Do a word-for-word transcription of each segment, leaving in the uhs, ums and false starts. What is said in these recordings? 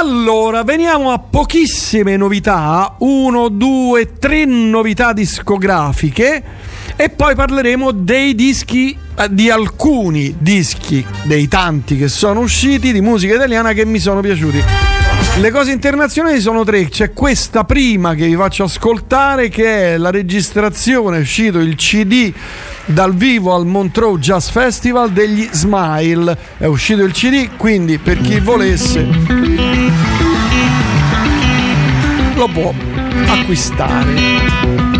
Allora, veniamo a pochissime novità, uno, due, tre novità discografiche e poi parleremo dei dischi, di alcuni dischi, dei tanti che sono usciti di musica italiana che mi sono piaciuti. Le cose internazionali sono tre, c'è questa prima che vi faccio ascoltare che è la registrazione, è uscito il C D dal vivo al Montreux Jazz Festival degli Smile, è uscito il C D, quindi per chi volesse lo può acquistare.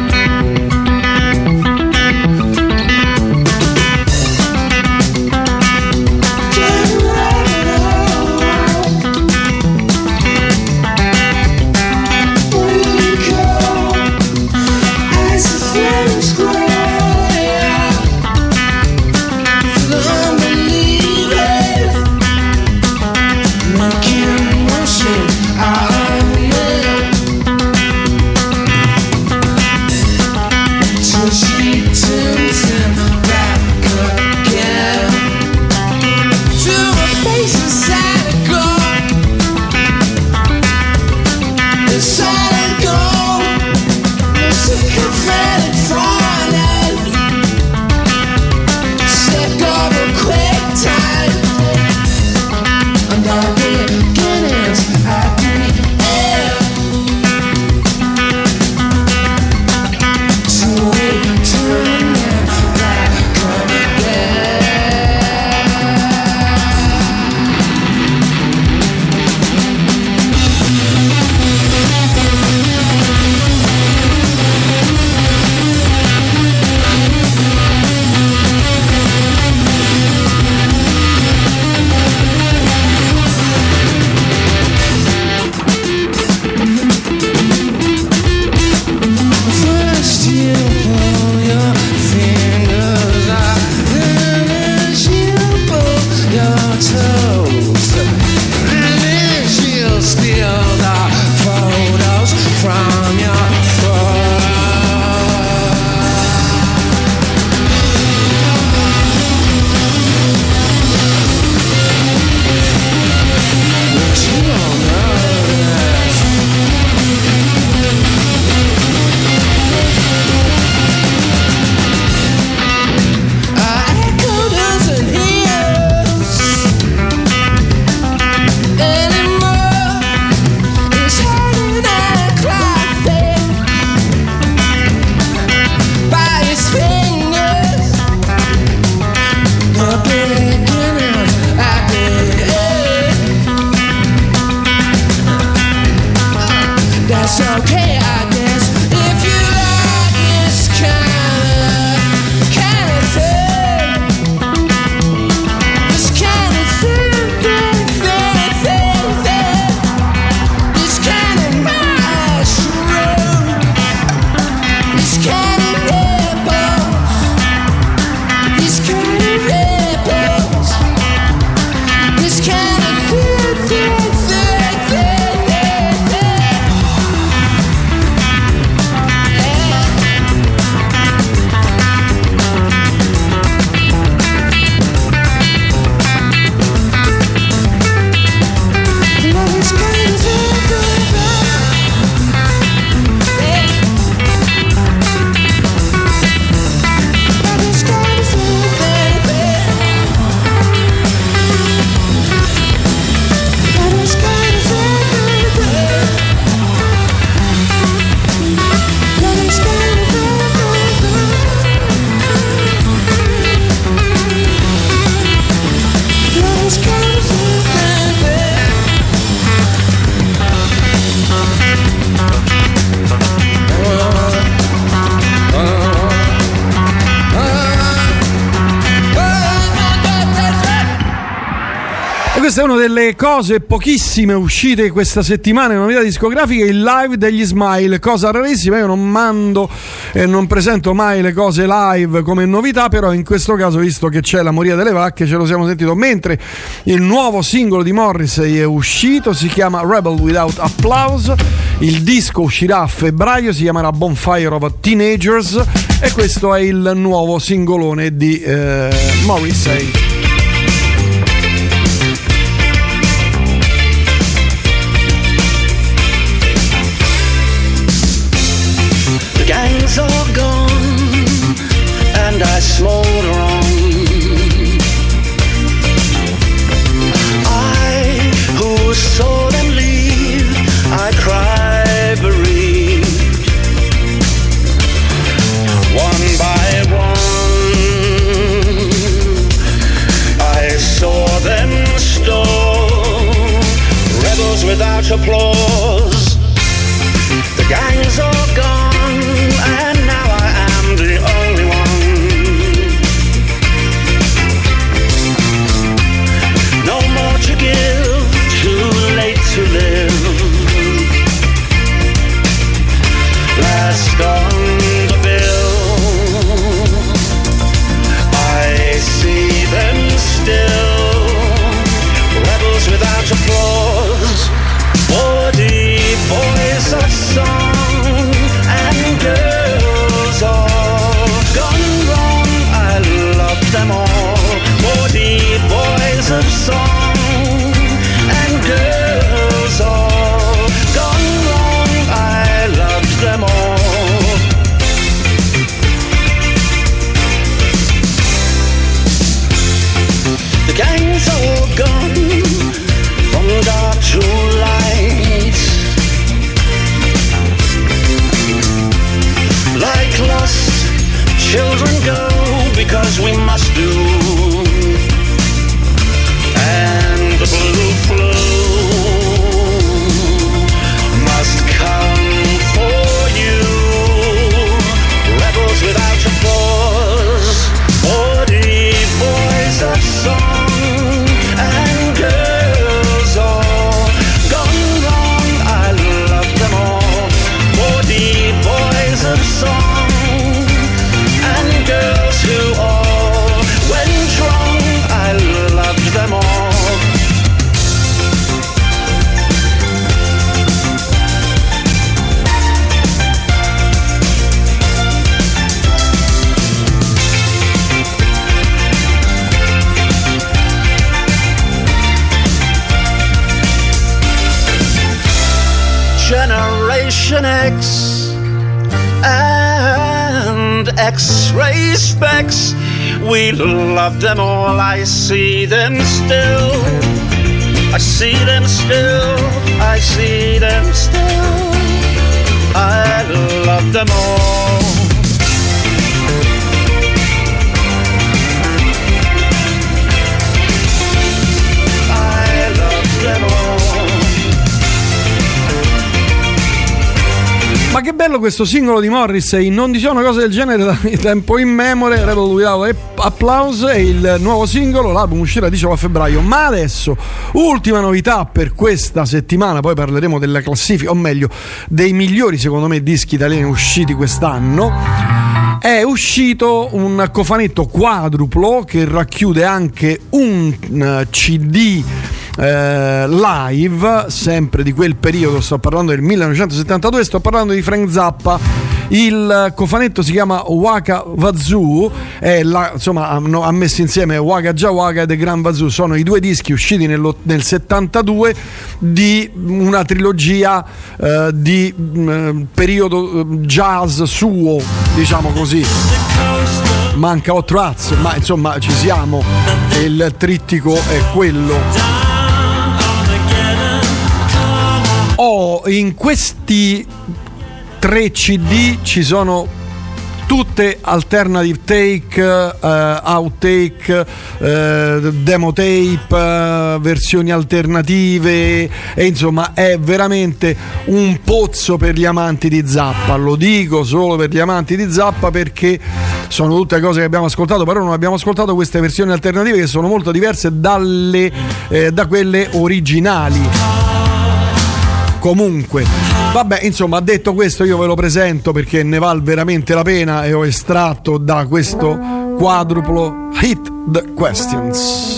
Questa è una delle cose pochissime uscite questa settimana in novità discografiche, il live degli Smile, cosa rarissima. Io non mando e non presento mai le cose live come novità, però in questo caso, visto che c'è la moria delle vacche, ce lo siamo sentito mentre il nuovo singolo di Morrissey è uscito, si chiama Rebel Without Applause, il disco uscirà a febbraio, si chiamerà Bonfire of Teenagers e questo è il nuovo singolone di eh, Morrissey. applause. The gang's all gone, and now I am the only one. No more to give, too late to live. Last on the bill, I see them still, rebels without applause, forty boys of song and girls all gone wrong. I love them all, forty boys of song and girls all gone wrong. I loved them all. The gang's all gone from dark to light, like lost children go because we must do, and the blue flu must come for you. Rebels without applause, forty boys of song and girls all gone wrong. I love them all, forty boys of song and girls who all went wrong. I loved them all. Generation X and X-ray specs, we love them all. I see them still, I see them still, I see them still, I love them all. I love them all. Ma che bello questo singolo di Morrissey, non diceva una cosa del genere da tempo immemore. Rebel Without Applause è il nuovo singolo, l'album uscirà il diciotto febbraio. Ma adesso, ultima novità per questa settimana, poi parleremo della classifica, o meglio, dei migliori secondo me dischi italiani usciti quest'anno. È uscito un cofanetto quadruplo che racchiude anche un C D Eh, live, sempre di quel periodo. Sto parlando del millenovecentosettantadue, sto parlando di Frank Zappa. Il cofanetto si chiama Waka Wazoo, è la, insomma hanno, ha messo insieme Waka Già Waka e The Grand Wazoo. Sono i due dischi usciti nello, nel settantadue di una trilogia eh, di eh, periodo jazz suo, diciamo così. Manca Hot Rats, ma insomma ci siamo, il trittico è quello. Oh, in questi tre C D ci sono tutte alternative take, uh, outtake, uh, demo tape, uh, versioni alternative, e insomma è veramente un pozzo per gli amanti di Zappa. Lo dico solo per gli amanti di Zappa perché sono tutte cose che abbiamo ascoltato, però non abbiamo ascoltato queste versioni alternative che sono molto diverse dalle, eh, da quelle originali. Comunque, vabbè, insomma, detto questo, io ve lo presento perché ne vale veramente la pena e ho estratto da questo quadruplo Hit the Questions.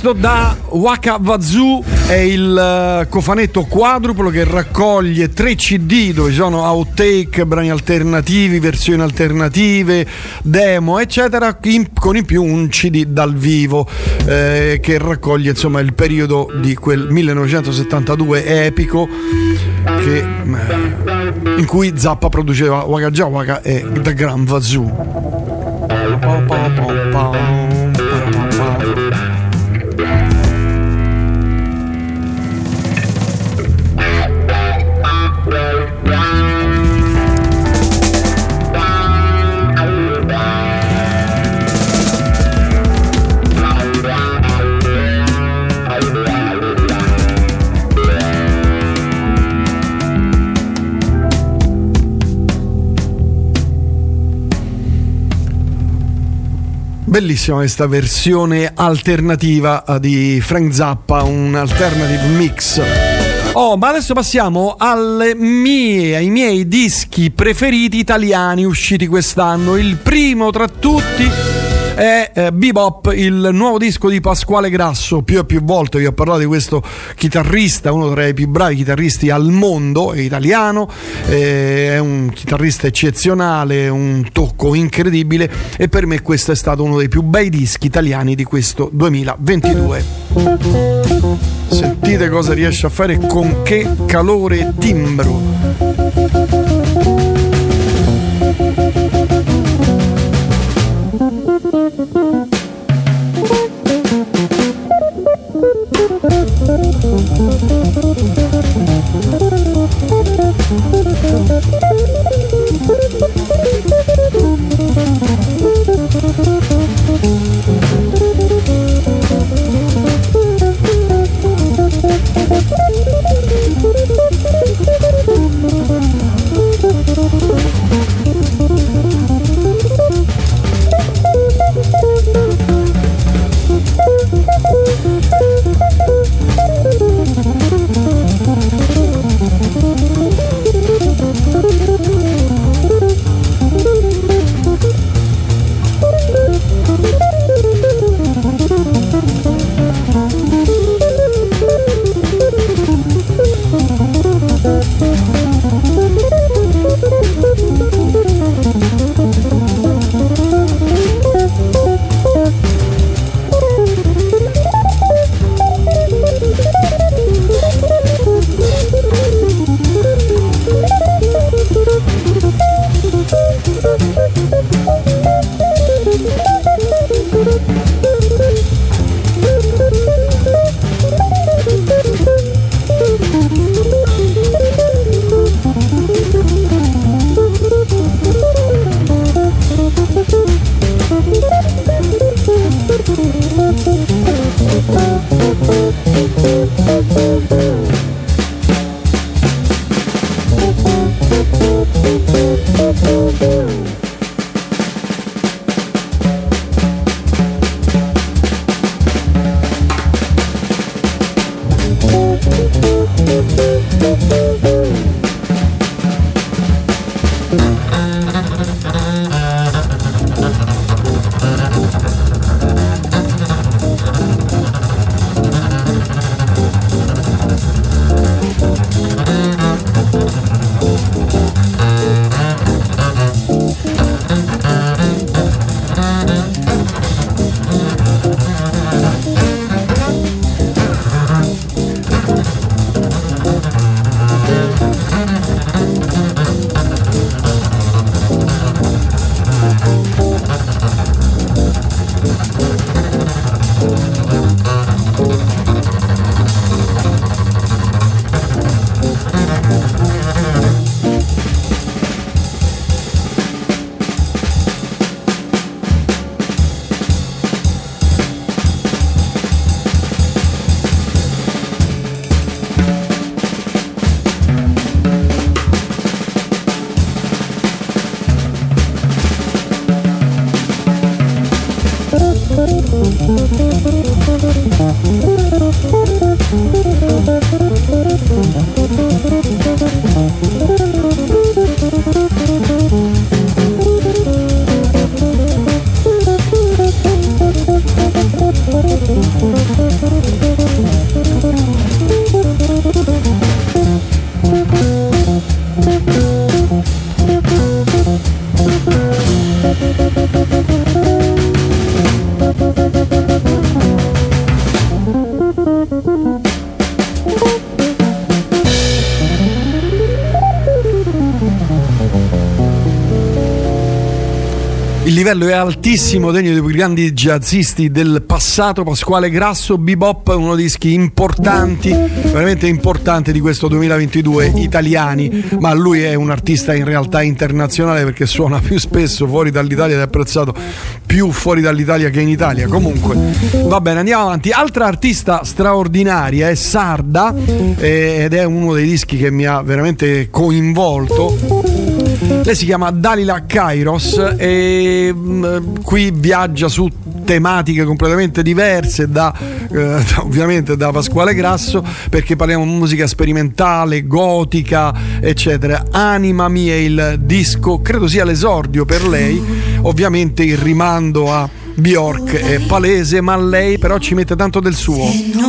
Questo da Waka Wazoo è il cofanetto quadruplo che raccoglie tre C D dove ci sono outtake, brani alternativi, versioni alternative, demo eccetera, in, con in più un C D dal vivo eh, che raccoglie insomma il periodo di quel millenovecentosettantadue epico che, eh, in cui Zappa produceva Waka Jawaka e The Grand Wazoo. Bellissima questa versione alternativa di Frank Zappa, un alternative mix. Oh, ma adesso passiamo alle mie, ai miei dischi preferiti italiani usciti quest'anno. Il primo tra tutti è eh, Bebop, il nuovo disco di Pasquale Grasso. Più e più volte vi ho parlato di questo chitarrista, uno tra i più bravi chitarristi al mondo, è italiano, eh, è un chitarrista eccezionale, un tocco incredibile e per me questo è stato uno dei più bei dischi italiani di questo duemilaventidue. Sentite cosa riesce a fare, con che calore e timbro. Il livello è altissimo, degno dei grandi jazzisti del passato. Pasquale Grasso, Bebop, uno dei dischi importanti, veramente importanti di questo duemilaventidue italiani, ma lui è un artista in realtà internazionale perché suona più spesso fuori dall'Italia ed è apprezzato più fuori dall'Italia che in Italia. Comunque, va bene, andiamo avanti. Altra artista straordinaria è Sarda, eh, ed è uno dei dischi che mi ha veramente coinvolto. Lei si chiama Dalila Kairos e mh, qui viaggia su tematiche completamente diverse da, eh, ovviamente da Pasquale Grasso, perché parliamo di musica sperimentale, gotica, eccetera. Anima Mia, il disco, credo sia l'esordio per lei. Ovviamente il rimando a Bjork è palese, ma lei però ci mette tanto del suo.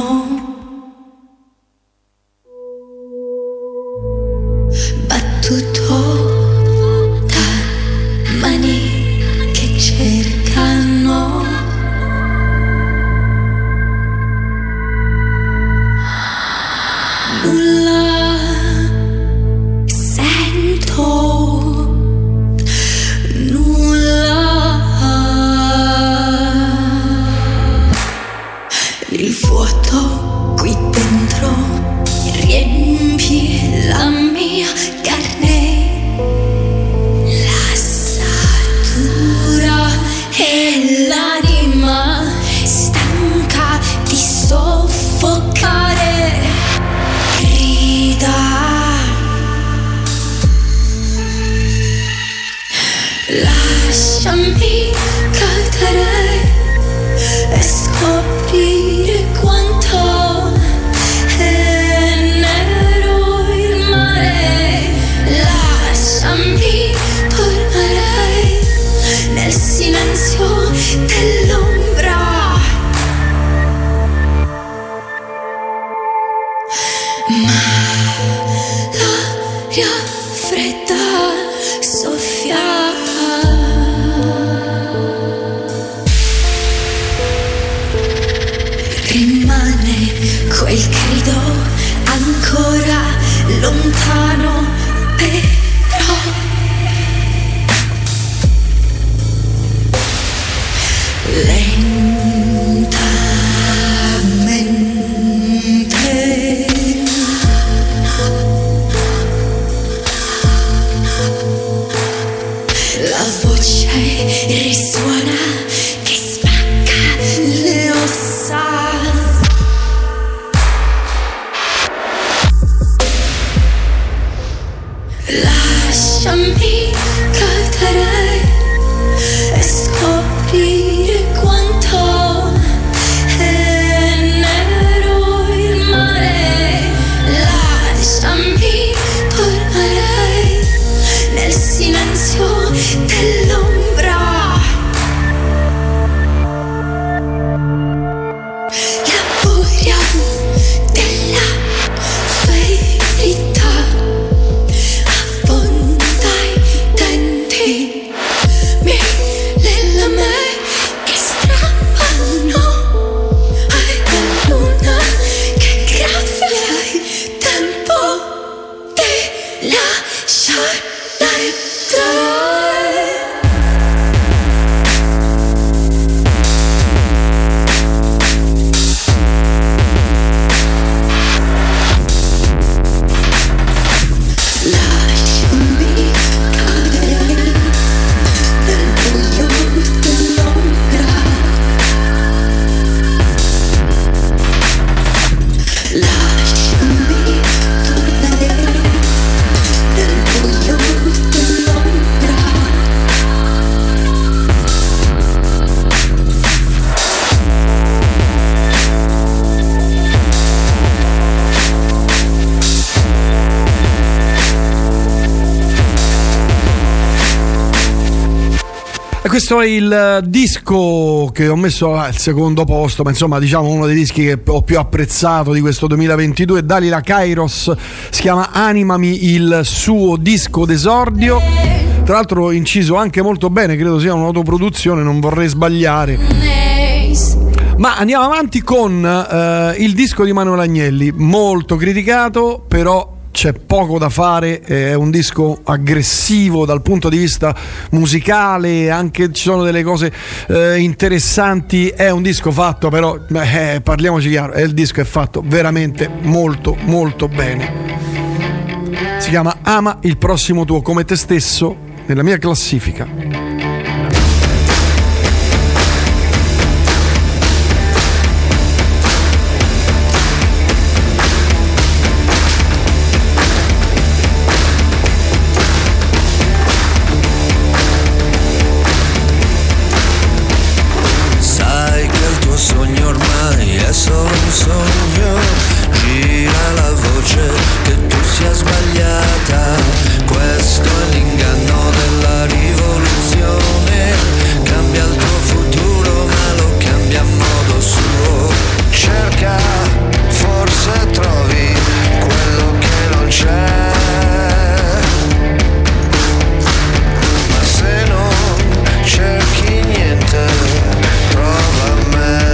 Questo è il disco che ho messo al secondo posto, ma insomma diciamo uno dei dischi che ho più apprezzato di questo duemilaventidue. Dalila Kairos, si chiama Animami, il suo disco d'esordio, tra l'altro inciso anche molto bene, credo sia un'autoproduzione, non vorrei sbagliare. Ma andiamo avanti con uh, il disco di Manuel Agnelli, molto criticato, però c'è poco da fare, è un disco aggressivo dal punto di vista musicale, anche ci sono delle cose eh, interessanti, è un disco fatto però, eh, parliamoci chiaro, il disco è fatto veramente molto molto bene. Si chiama Ama il prossimo tuo come te stesso nella mia classifica. Sogno ormai è solo un sogno, gira la voce che tu sia sbagliata, questo è l'inganno della rivoluzione, cambia il tuo futuro ma lo cambia a modo suo, cerca, forse trovi quello che non c'è, ma se non cerchi niente, trova me.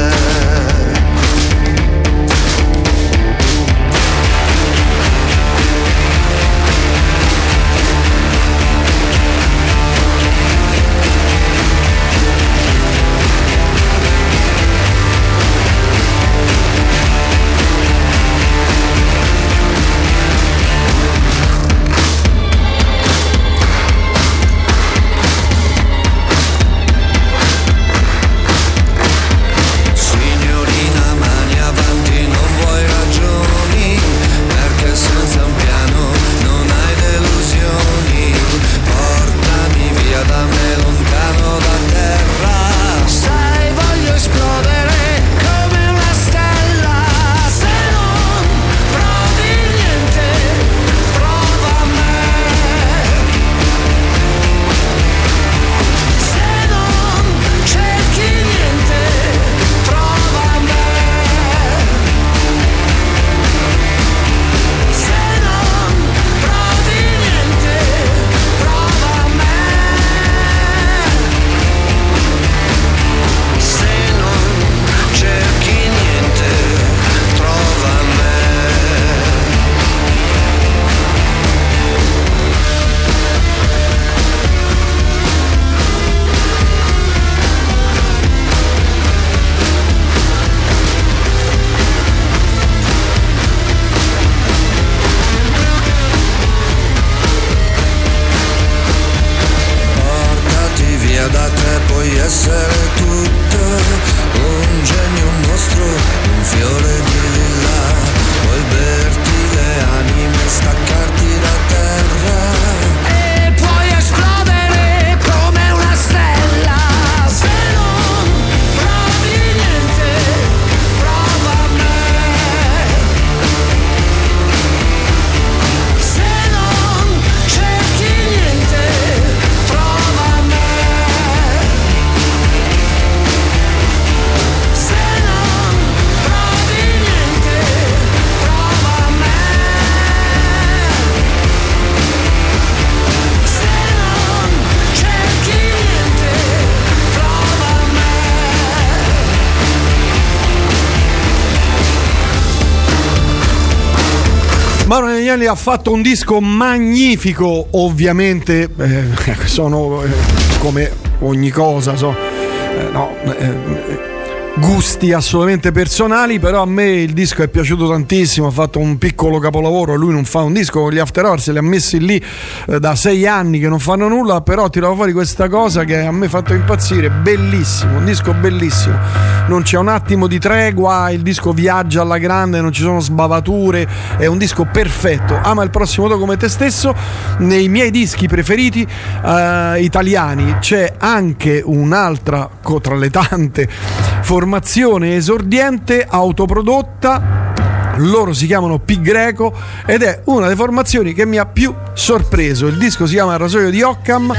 Mauro Negli ha fatto un disco magnifico, ovviamente eh, sono eh, come ogni cosa, so, eh, no, eh, gusti assolutamente personali, però a me il disco è piaciuto tantissimo, ha fatto un piccolo capolavoro, lui non fa un disco con gli After Hours, li ha messi lì eh, da sei anni che non fanno nulla, però tirava fuori questa cosa che a me ha fatto impazzire, bellissimo, un disco bellissimo, non c'è un attimo di tregua, il disco viaggia alla grande, non ci sono sbavature, è un disco perfetto. Ama il prossimo tuo come te stesso. Nei miei dischi preferiti eh, italiani c'è anche un'altra, tra le tante, formazione esordiente autoprodotta, loro si chiamano Pi Greco ed è una delle formazioni che mi ha più sorpreso. Il disco si chiama Il rasoio di Occam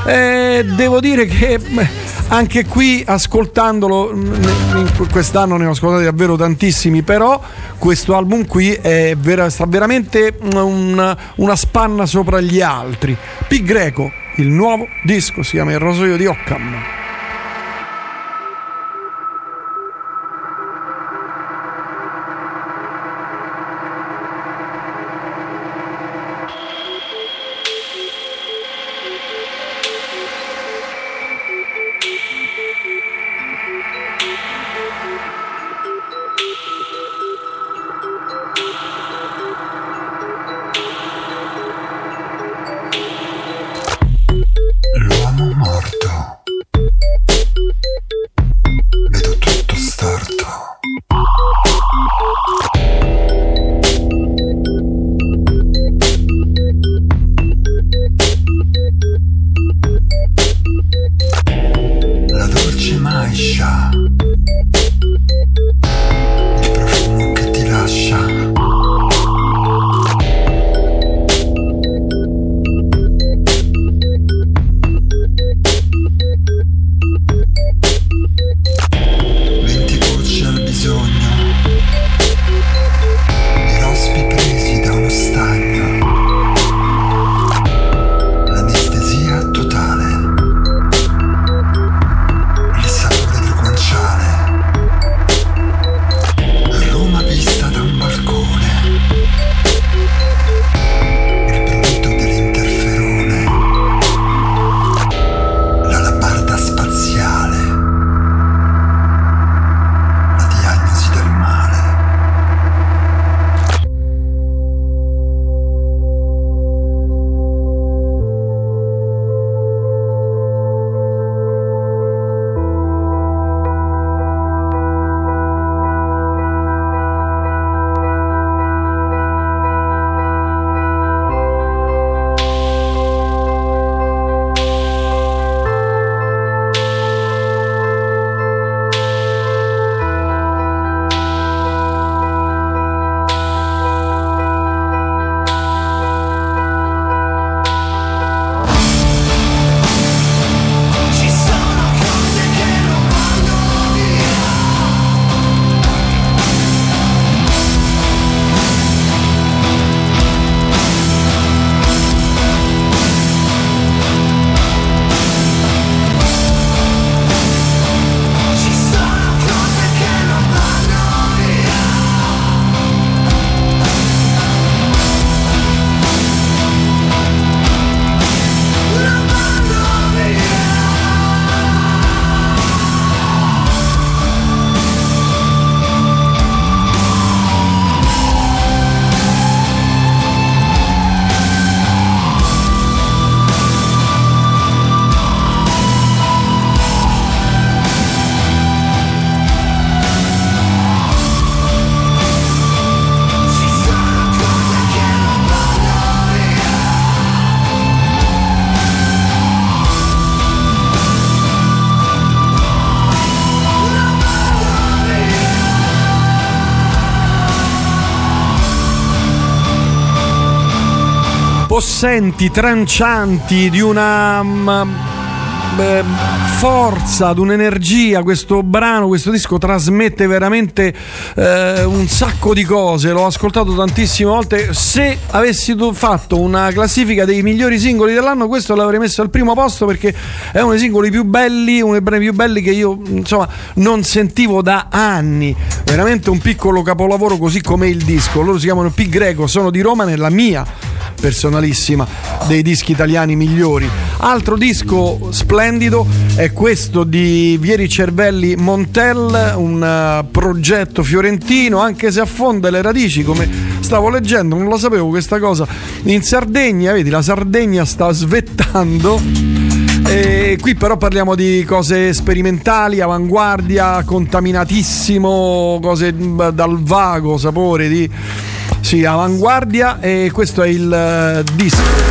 e devo dire che anche qui, ascoltandolo, in quest'anno ne ho ascoltati davvero tantissimi, però questo album qui è vera, sta veramente una, una spanna sopra gli altri. Pi Greco, il nuovo disco si chiama Il rasoio di Occam. accenti trancianti, di una um, eh, forza, di un'energia. Questo brano, questo disco trasmette veramente eh, un sacco di cose. L'ho ascoltato tantissime volte. Se avessi fatto una classifica dei migliori singoli dell'anno, questo l'avrei messo al primo posto, perché è uno dei singoli più belli, uno dei brani più belli che io insomma non sentivo da anni. Veramente un piccolo capolavoro, così come il disco. Loro si chiamano Pi Greco, sono di Roma, nella mia personalissima dei dischi italiani migliori. Altro disco splendido è questo di Vieri Cervelli Montel, un uh, progetto fiorentino, anche se affonda le radici, come stavo leggendo, non lo sapevo questa cosa, in Sardegna. Vedi, la Sardegna sta svettando. E qui però parliamo di cose sperimentali, avanguardia, contaminatissimo, cose dal vago sapore di sì, avanguardia. E questo è il uh, disco.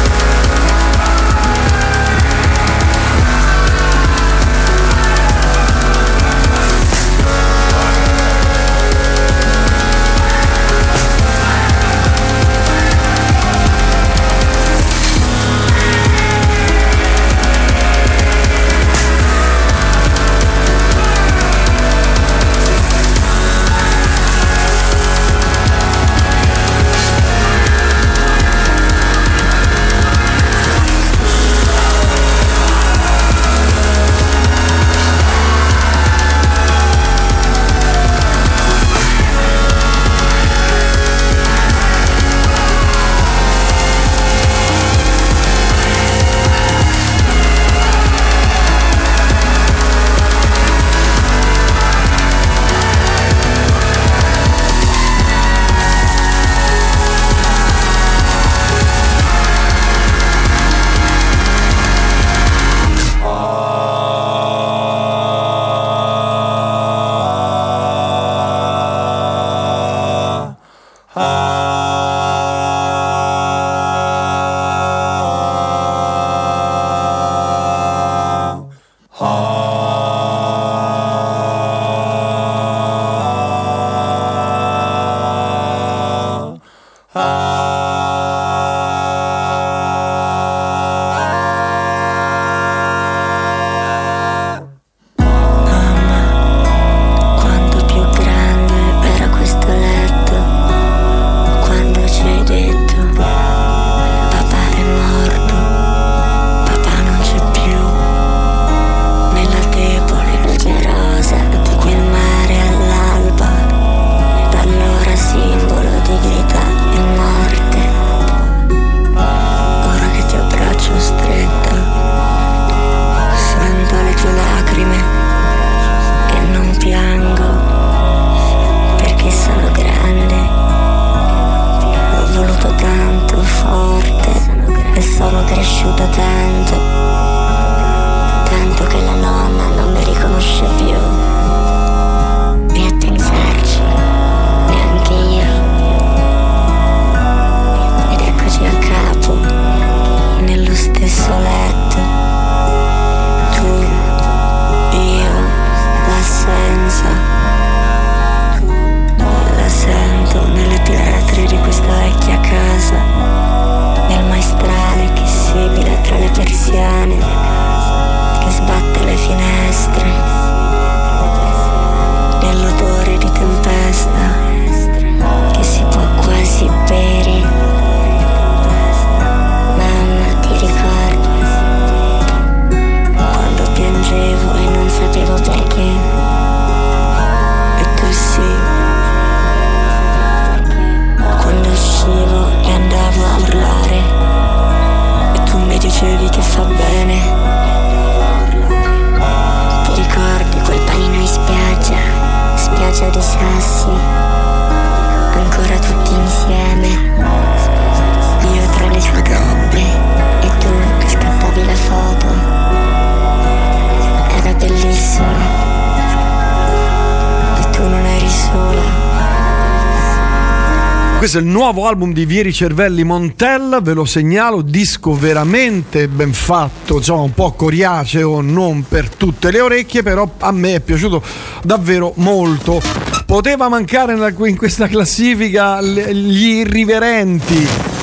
Questo è il nuovo album di Vieri Cervelli Montel, ve lo segnalo, disco veramente ben fatto, insomma un po' coriaceo, non per tutte le orecchie, però a me è piaciuto davvero molto. Poteva mancare in questa classifica gli irriverenti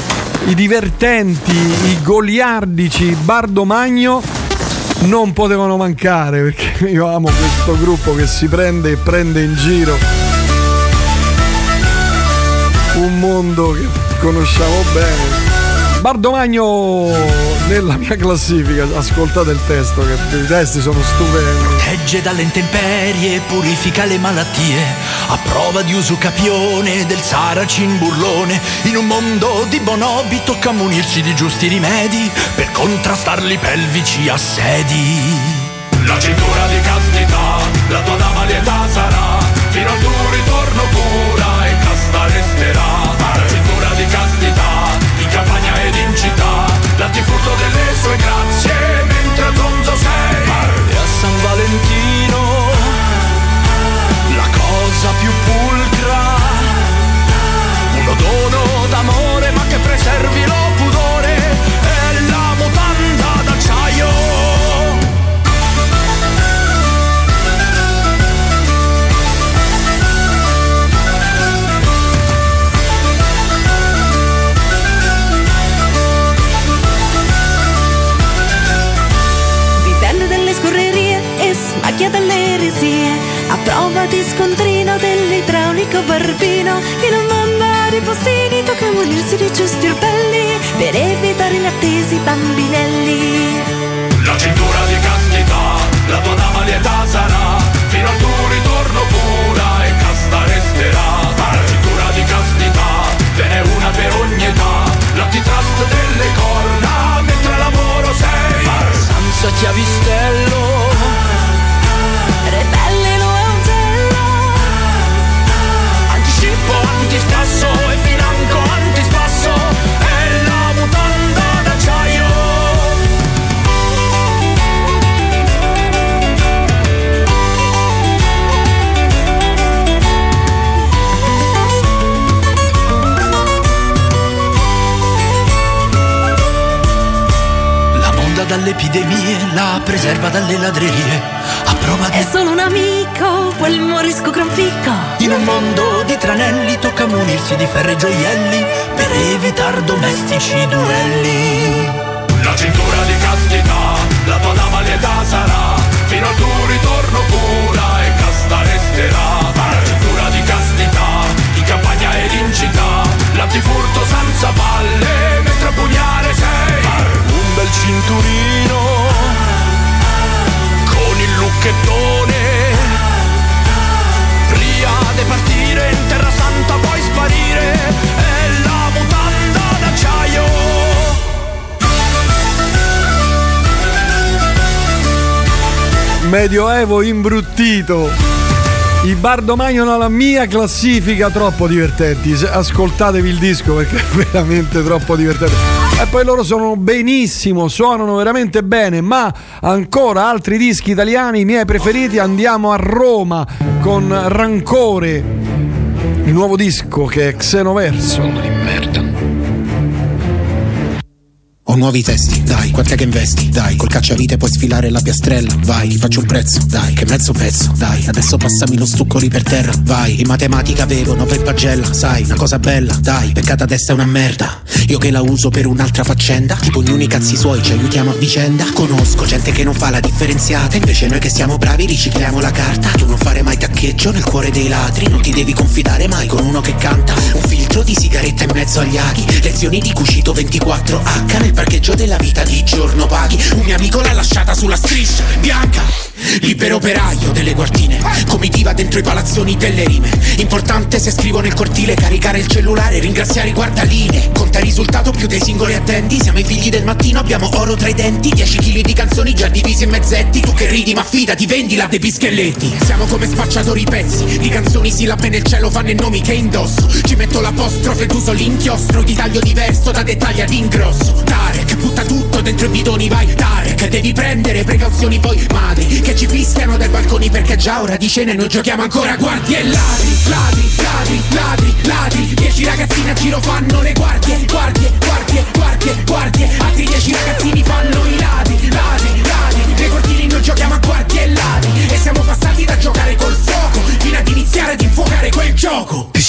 i divertenti, i goliardici Bardomagno non potevano mancare, perché io amo questo gruppo che si prende e prende in giro un mondo che conosciamo bene. Bardomagno nella mia classifica, ascoltate il testo, che i testi sono stupendi. Protegge dalle intemperie, purifica le malattie, a prova di usucapione del Saracin burlone. In un mondo di bonobi tocca munirsi di giusti rimedi per contrastarli i pelvici assedi. La cintura di castità, la tua dama lieta sarà, fino al tuo ritorno pura e casta resterà. La cintura di castità, in campagna ed in città, l'antifurto delle sue grazie, mentre bronzo sei. E a San Valentino, la cosa più pulcra, uno dono d'amore ma che preservi lo pudore, è la mutanda d'acciaio. Macchia delle eresie, a prova di scontrino dell'idraulico barbino. In un mondo di postini tocca munirsi di giusti orbelli per evitare inattesi bambinelli. La cintura di castità, la tua dama lieta sarà, fino al tuo ritorno pura e casta resterà. La cintura di castità, ve n'è una per ogni età, l'antitrust delle corna mentre lavoro sei. Senza chiavistello, rebellino è un gelo, anticipo, antiscasso e financo antispasso, è la mutanda d'acciaio. La monda dalle epidemie, la preserva dalle ladrerie, a prova di... è solo un amico, quel morisco gran ficco. In un mondo di tranelli tocca munirsi di ferro e gioielli per evitar domestici duelli. La cintura di castità, la tua dama lieta sarà, fino al tuo ritorno pura e casta resterà. La cintura di castità, in campagna ed in città, l'antifurto senza palle mentre a pugnare sei. Un bel cinturino con il lucchettone, pria de partire in terra santa poi sparire, è la mutanda d'acciaio. Medioevo imbruttito. I Bardomagno nella mia classifica, troppo divertenti. Ascoltatevi il disco perché è veramente troppo divertente. E poi loro sono benissimo, suonano veramente bene. Ma ancora altri dischi italiani, i miei preferiti. Andiamo a Roma con Rancore, il nuovo disco che è Xenoverso. Mondo di merda. Ho nuovi testi, dai, quant'è che investi? Dai, col cacciavite puoi sfilare la piastrella. Vai, ti faccio un prezzo, dai, che mezzo pezzo. Dai, adesso passami lo stuccoli per terra. Vai, in matematica avevo nove in pagella. Sai, una cosa bella, dai, peccata a destra è una merda. Io che la uso per un'altra faccenda, tipo ognuno i cazzi suoi, ci aiutiamo a vicenda. Conosco gente che non fa la differenziata, invece noi che siamo bravi ricicliamo la carta. Tu non fare mai taccheggio nel cuore dei ladri, non ti devi confidare mai con uno che canta. Un filtro di sigaretta in mezzo agli aghi, lezioni di cucito ventiquattro acca nel parcheggio della vita di giorno paghi. Un mio amico l'ha lasciata sulla striscia bianca, libero operaio delle guardine, comitiva dentro i palazzoni delle rime. Importante se scrivo nel cortile, caricare il cellulare, ringraziare i guardaline. Conta il risultato più dei singoli attendi, siamo i figli del mattino, abbiamo oro tra i denti. Dieci chili di canzoni già divisi in mezzetti. Tu che ridi ma fidati, vendila dei pischelletti. Siamo come spacciatori pezzi di canzoni, sillabe nel cielo fanno i nomi che indosso. Ci metto l'apostrofe ed uso l'inchiostro di taglio diverso da dettagli ad ingrosso. Tarek butta tutto dentro i bidoni, vai Tarek, devi prendere precauzioni. Poi madri che ci fischiano dai balconi perché già ora di cena e noi giochiamo ancora guardie e ladri, ladri, ladri, ladri, ladri. Dieci ragazzini a giro fanno le guardie, guardie, guardie, guardie, guardie. Altri dieci ragazzini fanno i ladri, ladri, ladri. Nei cortili noi giochiamo a guardie e ladri, e siamo passati da giocare col fuoco fino ad iniziare ad infuocare quel gioco. Più si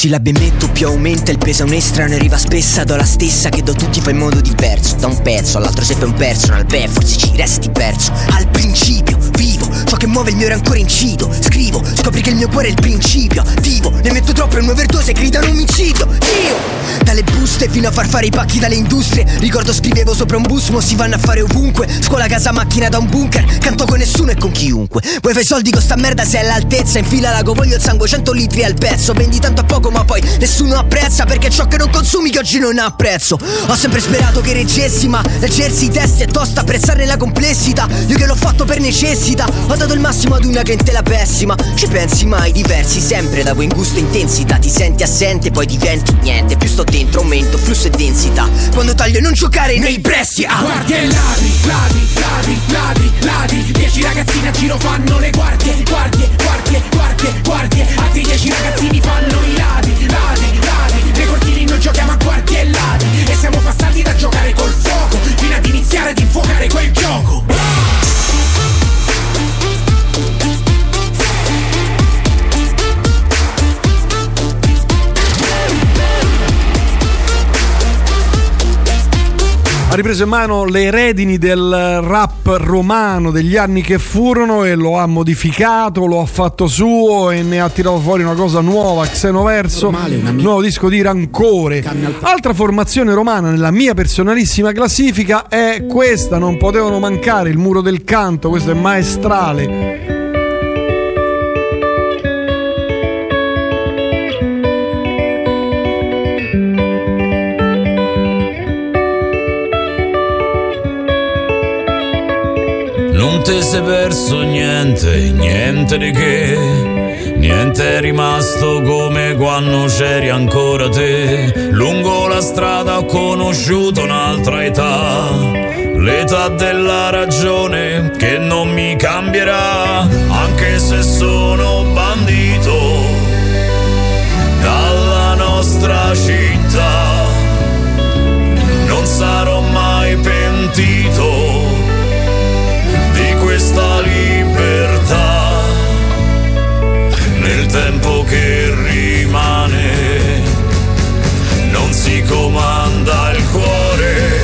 ci la bemetto, più aumenta il peso a un'estra, ne arriva spessa, do la stessa che do tutti, fa in modo diverso. Da un pezzo all'altro se fai un personal, beh forse ci resti perso. Al principio vivo, ciò che muove il mio rancore incido. Scrivo, scopri che il mio cuore è il principio attivo. Ne metto troppo e un overdose gridano omicidio. Dio! Dalle buste fino a far fare i pacchi dalle industrie. Ricordo scrivevo sopra un bus, mo si vanno a fare ovunque. Scuola, casa, macchina da un bunker, canto con nessuno e con chiunque. Vuoi fai soldi con sta merda se è all'altezza. Infila l'ago, voglio il sangue, cento litri al pezzo. Vendi tanto a poco ma poi nessuno apprezza, perché ciò che non consumi che oggi non ha prezzo. Ho sempre sperato che reggessi, ma leggersi i testi è tosta, apprezzarne la complessità. Io che l'ho fatto per necessità, ho dato il massimo ad una clientela pessima. Ci pensi mai, diversi sempre, davo in gusto intensità. Ti senti assente, poi diventi niente. Più sto dentro, aumento flusso e densità. Quando taglio non giocare nei pressi. Ah. Guardie e ladri, ladri, ladri, ladri, ladri. Dieci ragazzini a giro fanno le guardie, guardie, guardie, guardie, guardie. Altri dieci ragazzini fanno i ladri, ladri, ladri. Nei cortili noi giochiamo a guardie e ladri. E siamo passati da giocare col fuoco fino ad iniziare ad infuocare quel gioco. Ha ripreso in mano le redini del rap romano degli anni che furono e lo ha modificato, lo ha fatto suo e ne ha tirato fuori una cosa nuova, Xenoverso, nuovo disco di Rancore. Altra formazione romana nella mia personalissima classifica è questa, non potevano mancare, Il Muro del Canto, questo è maestrale. Non te sei perso niente, niente di che, niente è rimasto come quando c'eri ancora te. Lungo la strada ho conosciuto un'altra età, l'età della ragione che non mi cambierà, anche se sono bandito dalla nostra città. Non sarò mai pentito di questa libertà. Nel tempo che rimane non si comanda il cuore.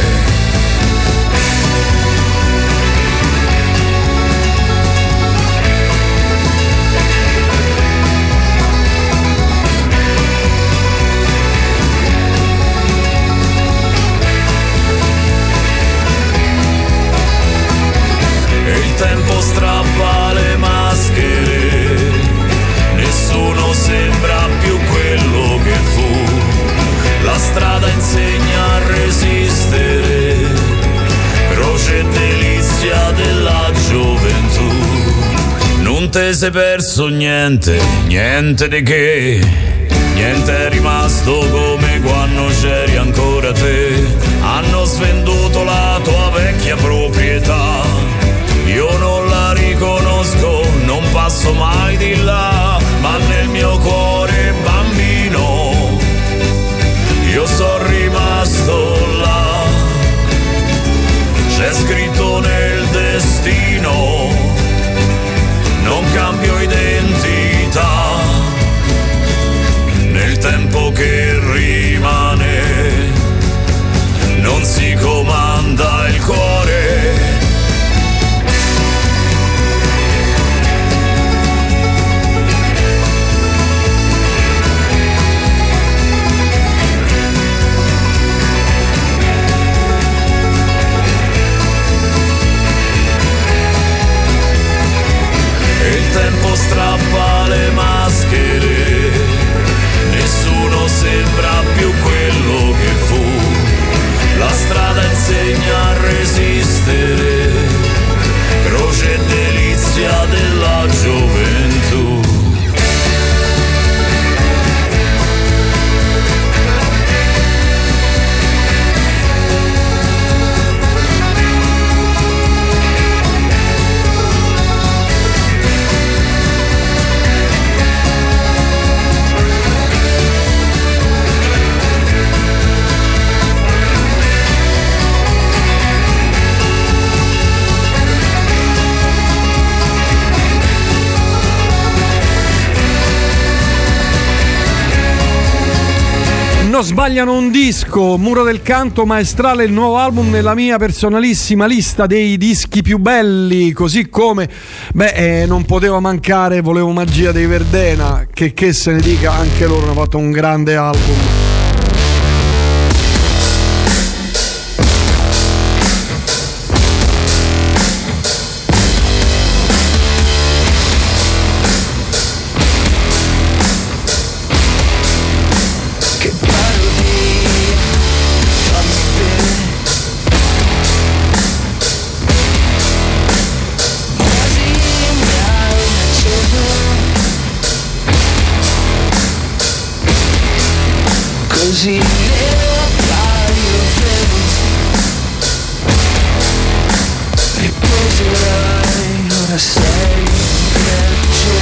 Il tempo strappa le maschere, nessuno sembra più quello che fu. La strada insegna a resistere, croce e delizia della gioventù. Non te sei perso niente, niente di che, niente è rimasto come quando c'eri ancora te. Hanno svenduto la tua vecchia proprietà, io non la riconosco, non passo mai di là, ma nel mio cuore bambino io sono rimasto là. C'è scritto nel destino, non cambio identità. Nel tempo che rimane non si comanda il cuore. sbagliano un disco, Muro del Canto, maestrale, il nuovo album nella mia personalissima lista dei dischi più belli, così come beh eh, non poteva mancare Volevo Magia dei Verdena, che che se ne dica, anche loro hanno fatto un grande album. Così paio fermo, riposerai, ora sei gregge,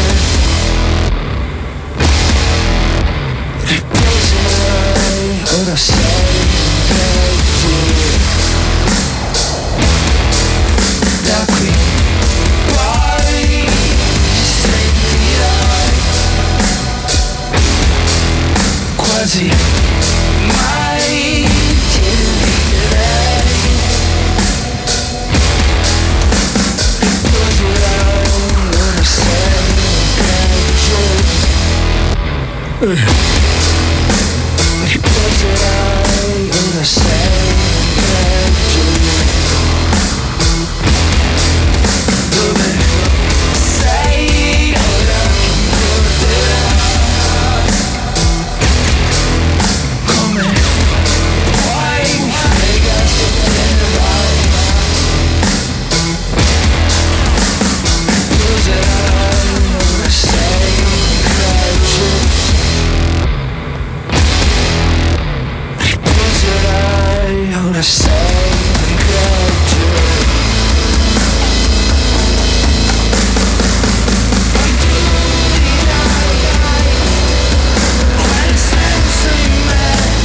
riposerai, ora sei gregge, da qui poi ti sentirai quasi mai ti inviderei, riposerai, ora sei peggio, riposerai, ora sei peggio, dove sei ora che importerà, come puoi mi frega se te ne vai, riposerai, ora sei peggio, riposerai, ora sei peggio. Quel senso in me,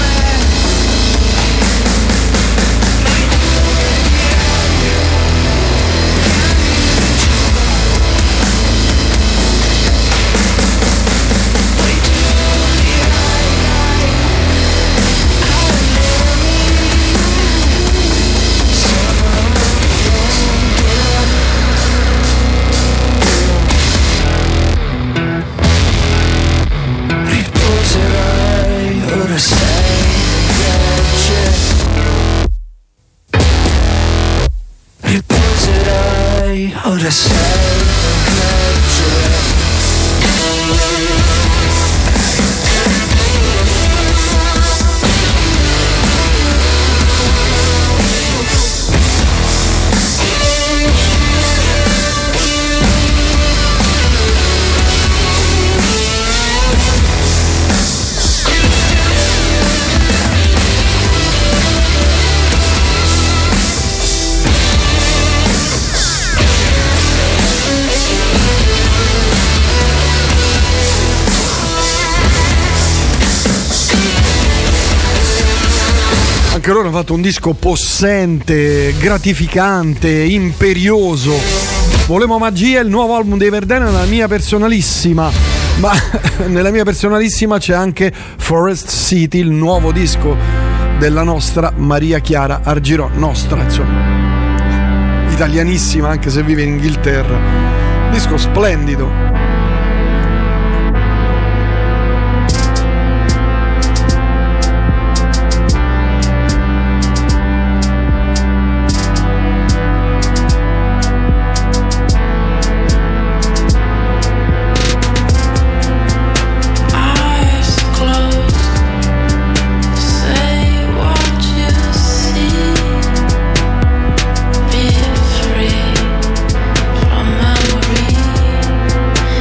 riposerai, ora sei piace, riposerai, ora sei piace. Anche loro hanno fatto un disco possente, gratificante, imperioso. Volevo Magia, il nuovo album dei Verdena, nella mia personalissima, ma nella mia personalissima c'è anche Forest City, il nuovo disco della nostra Maria Chiara Argirò, nostra insomma, italianissima anche se vive in Inghilterra, disco splendido. Free from memory,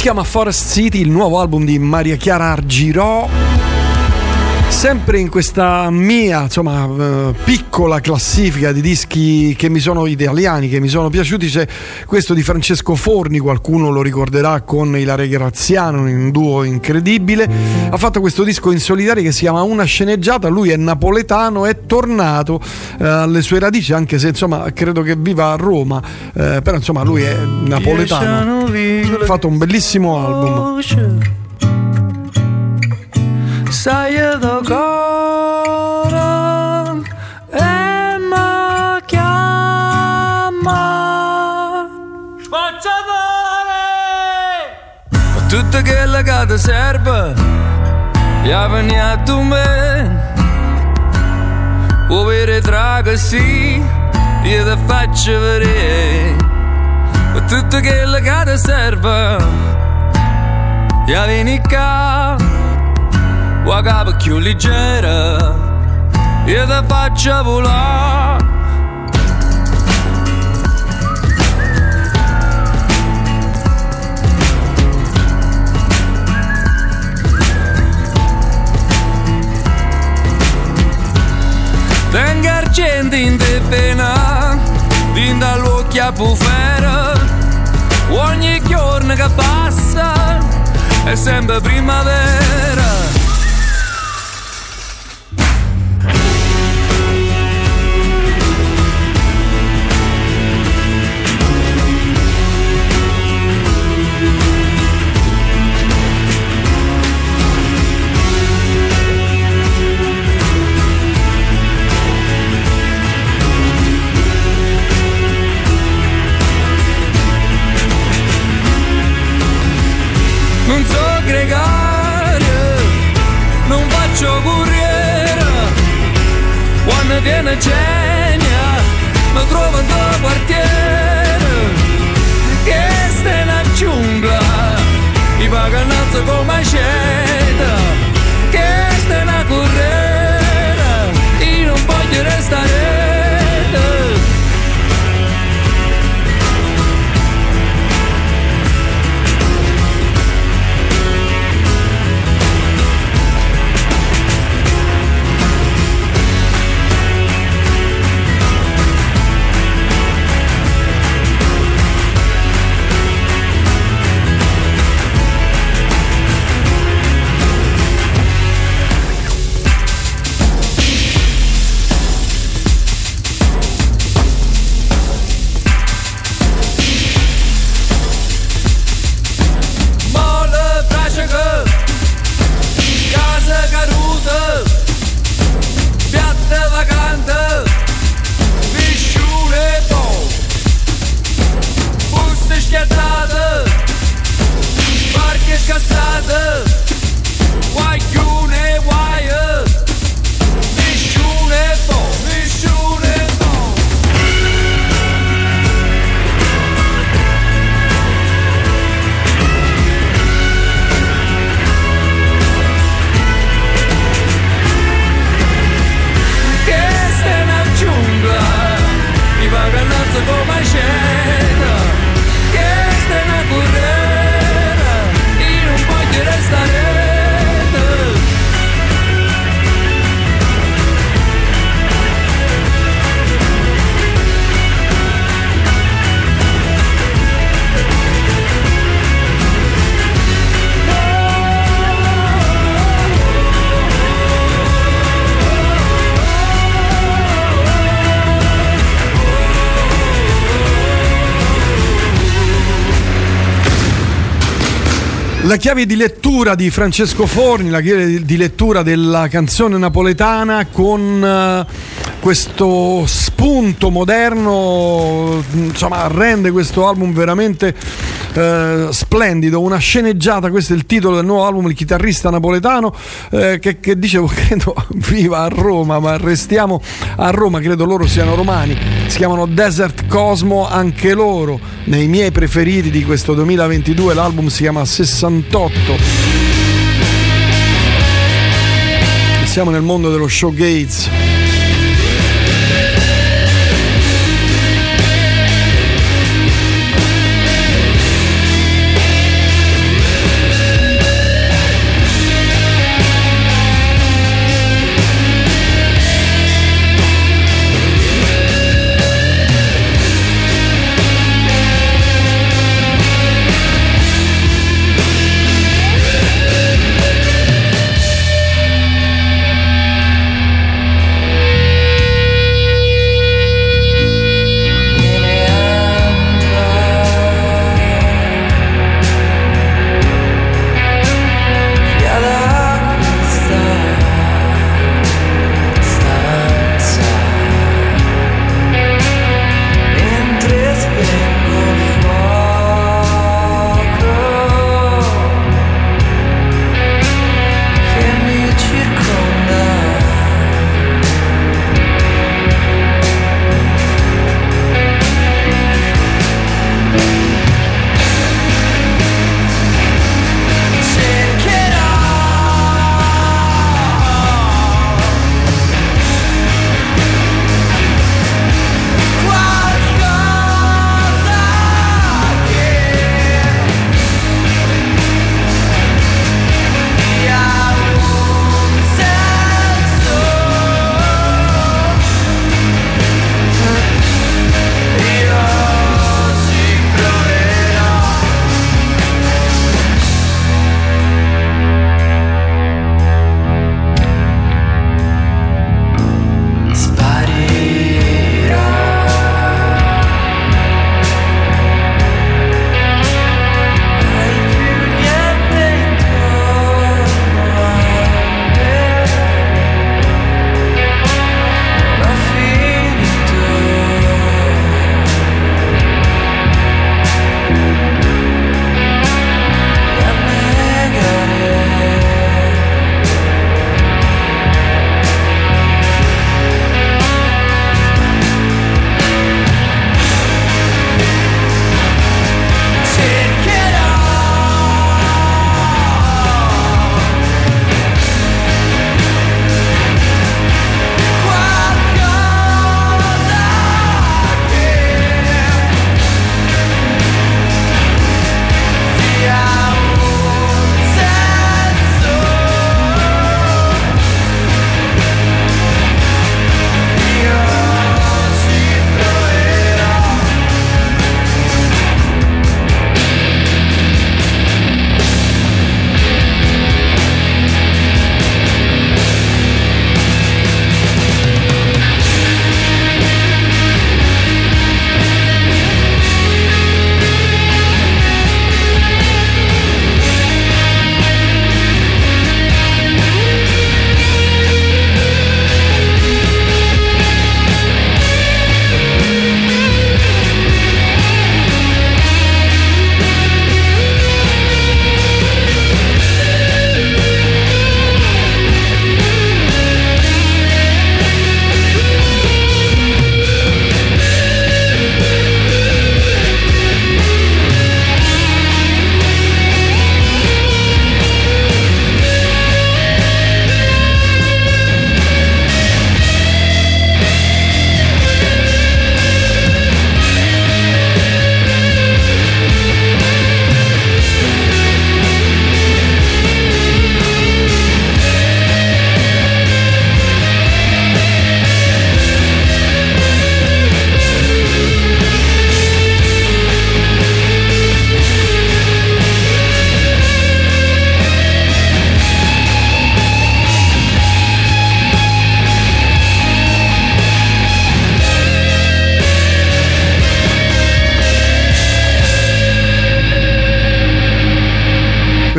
si chiama Forest City, il nuovo album di Maria Chiara Argirò. Sempre in questa mia, insomma, eh, piccola classifica di dischi che mi sono italiani, che mi sono piaciuti, c'è questo di Francesco Forni, qualcuno lo ricorderà con Ilaria Graziano, un duo incredibile. Ha fatto questo disco in solitario che si chiama Una sceneggiata, lui è napoletano, è tornato eh, alle sue radici, anche se insomma credo che viva a Roma, eh, però insomma lui è napoletano. Ha fatto un bellissimo album. Sai da cara e mi chiama spacciatore, tutto quello che ti serve ya veni a tu me, può avere trago sì, io ti faccio vedere tutto quello che ti serve ya vieni qua. Una capa più leggera, io ti faccio volare. Tengo argento in te pena, din dall'occhio a bufera, ogni giorno che passa è sempre primavera. Non so gregario, non faccio corriere, quando viene genia mi trovo in tuo quartiere, che sta in una giungla, i paganazzo come sceta, che sta in una corriera, io non voglio restare. La chiave di lettura di Francesco Forni, la chiave di lettura della canzone napoletana con uh, questo spunto moderno, insomma rende questo album veramente uh, splendido, una sceneggiata. Questo è il titolo del nuovo album, il chitarrista napoletano uh, che, che dicevo credo viva a Roma, ma restiamo a Roma, credo loro siano romani, si chiamano Desert Cosmo anche loro, nei miei preferiti di questo duemilaventidue. L'album si chiama sessantotto. Siamo nel mondo dello showgaze.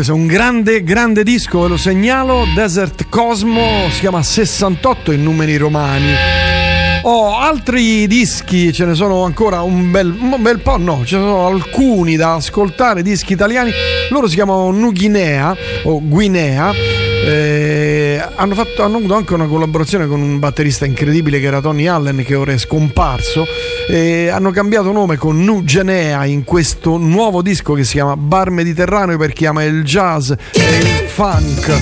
questo è un grande, grande disco, ve lo segnalo. Desert Cosmo, si chiama sessantotto in numeri romani. Oh, altri dischi, ce ne sono ancora un bel, un bel po', no, ce ne sono alcuni da ascoltare, dischi italiani. Loro si chiamano Nu Guinea o Guinea. Eh, hanno, fatto, hanno avuto anche una collaborazione con un batterista incredibile che era Tony Allen, che ora è scomparso. Eh, hanno cambiato nome con Nu Genea in questo nuovo disco che si chiama Bar Mediterraneo, perché ama il jazz e il funk.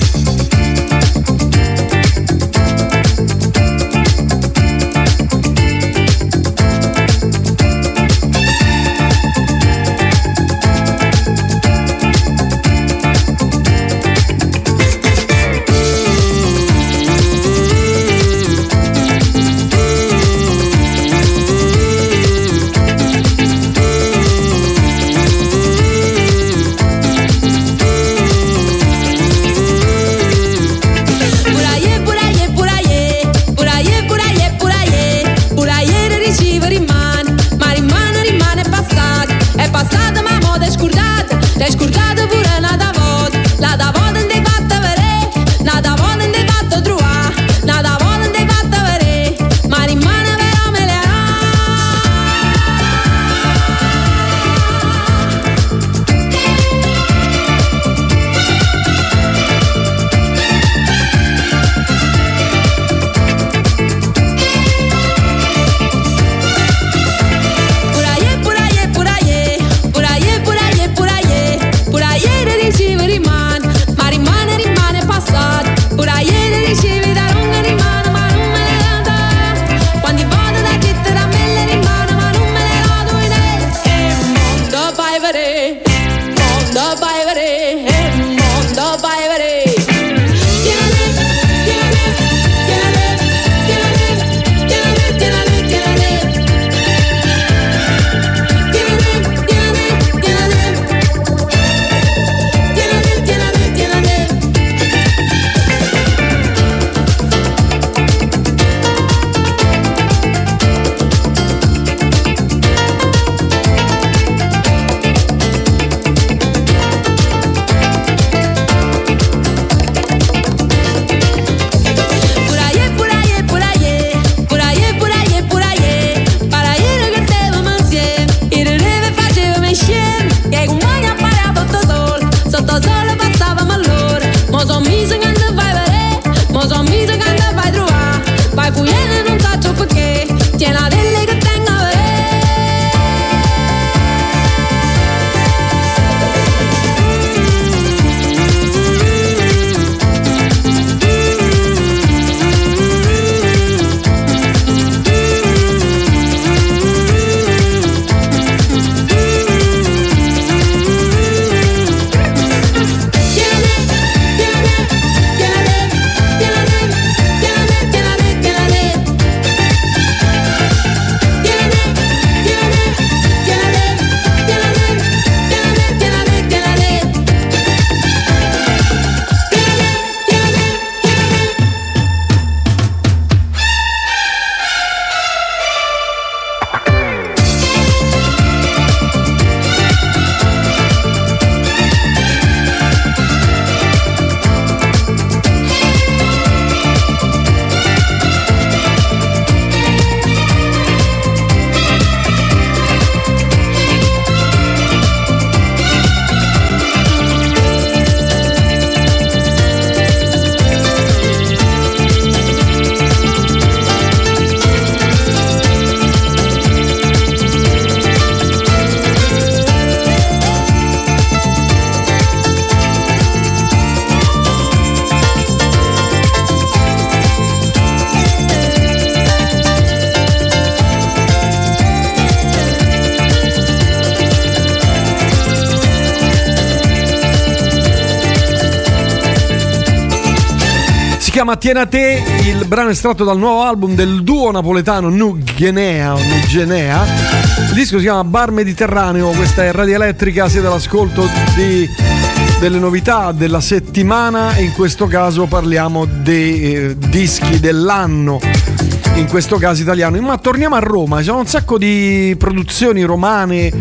chiama Tieni a te, il brano estratto dal nuovo album del duo napoletano Nu Guinea, Nu Genea. Il disco si chiama Bar Mediterraneo, questa è Radio Elettrica, siete all'ascolto di, delle novità della settimana e in questo caso parliamo dei eh, dischi dell'anno, in questo caso italiano. Ma torniamo a Roma, ci sono un sacco di produzioni romane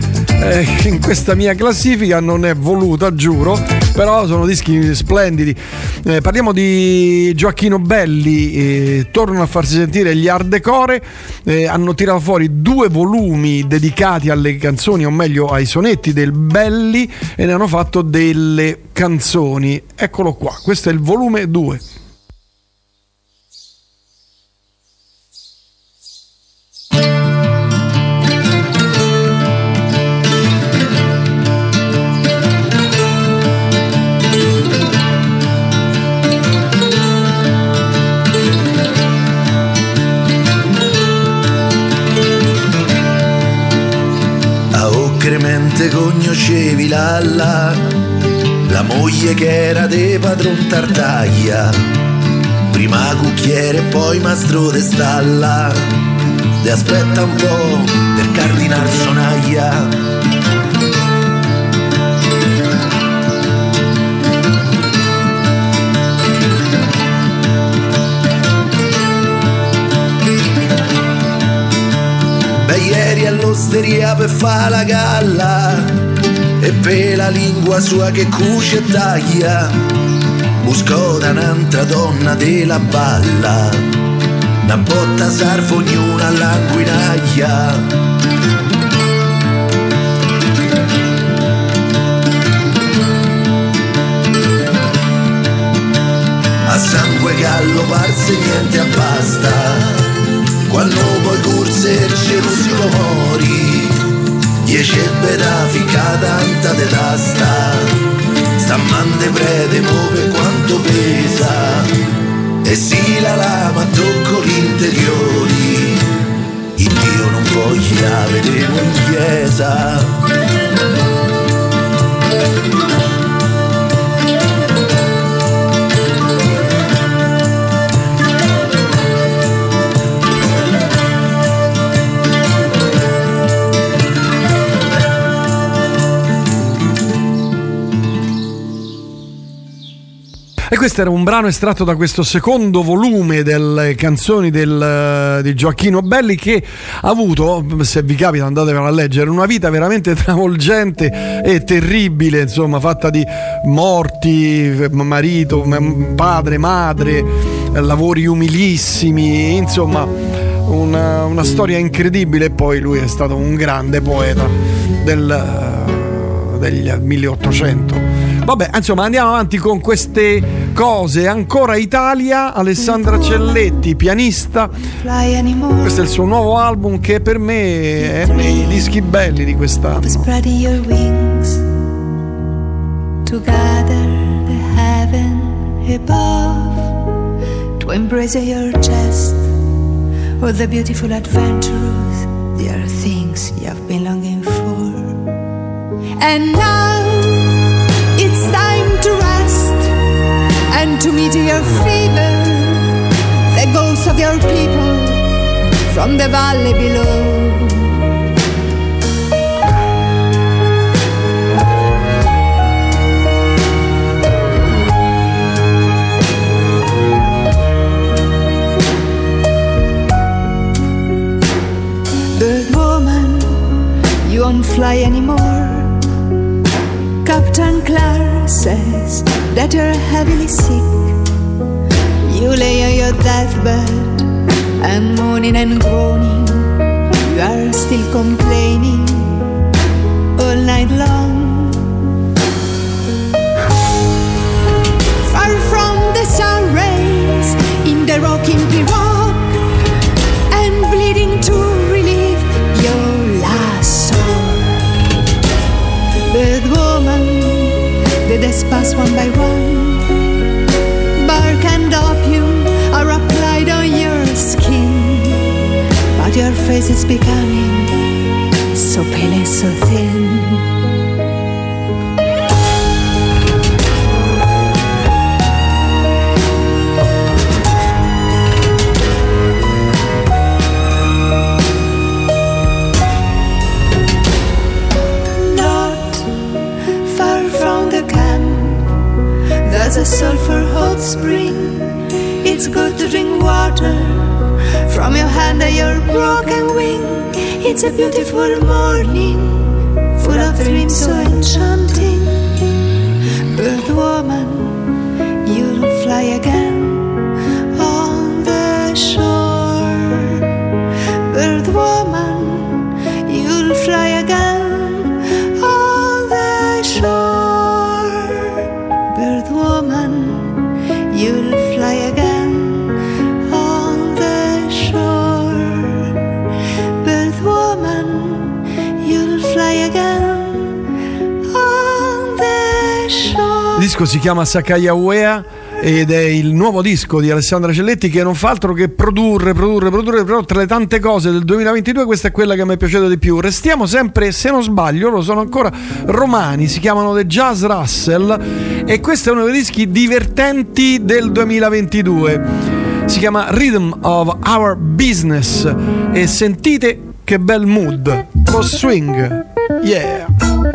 eh, in questa mia classifica non è voluta, giuro, però sono dischi splendidi. Eh, parliamo di Gioacchino Belli, eh, tornano a farsi sentire gli Hardcore, eh, hanno tirato fuori due volumi dedicati alle canzoni, o meglio ai sonetti del Belli, e ne hanno fatto delle canzoni. Eccolo qua, questo è il volume due. Conoscevi Lalla, la moglie che era de padron Tartaglia, prima cucchiere e poi mastro de stalla, te aspetta un po' per cardinar sonaglia. Beh, ieri all'osteria per fa la galla e per la lingua sua che cuce e taglia, buscò da un'altra donna della balla, una botta sarfa ognuna all'anguinaglia. A sangue gallo parse niente a pasta, quando poi corse il Cerusio mori, dieci ebbe da fica tanta de tasta, stammande prede mo per quanto pesa, e si la lama tocco gli interiori, il Dio non voglia vedere in chiesa. E questo era un brano estratto da questo secondo volume delle canzoni del, di Gioacchino Belli, che ha avuto, se vi capita andatevelo a leggere, una vita veramente travolgente e terribile, insomma, fatta di morti, marito, padre, madre, lavori umilissimi, insomma una, una storia incredibile. E poi lui è stato un grande poeta del, degli milleottocento. Vabbè, insomma, andiamo avanti con queste cose. Ancora Italia, Alessandra Celletti, pianista. Questo è il suo nuovo album, che per me è nei dischi belli di quest'anno. Spreading your wings to gather the heaven above, to embrace your chest all the beautiful adventures, dear things you have been longing for. And now it's time to rest and to meet your fever, the ghosts of your people from the valley below. Bird woman, you won't fly anymore. Captain Clark says that you're heavily sick. You lay on your deathbed and moaning and groaning. You are still complaining all night long. Far from the sun rays in the rocking pirogue, and bleeding to relieve your last soul. Bird woman, the deaths pass one by one. Bark and opium are applied on your skin, but your face is becoming so pale and so thin. There's a sulfur hot spring. It's good to drink water from your hand and your broken wing. It's a beautiful morning full of dreams so enchanting. Bird woman, you'll fly again on the shore. Bird woman, you'll fly again on the shore. Bird woman, you'll fly again on the shore. Bird woman, you'll fly again on the shore. Il disco si chiama Sakaya Wea ed è il nuovo disco di Alessandra Celletti, che non fa altro che produrre, produrre, produrre, però tra le tante cose del duemilaventidue questa è quella che mi è piaciuta di più. Restiamo sempre, se non sbaglio, loro sono ancora romani, si chiamano The Jazz Russell e questo è uno dei dischi divertenti del duemilaventidue. Si chiama Rhythm of Our Business e sentite che bel mood, lo swing, yeah.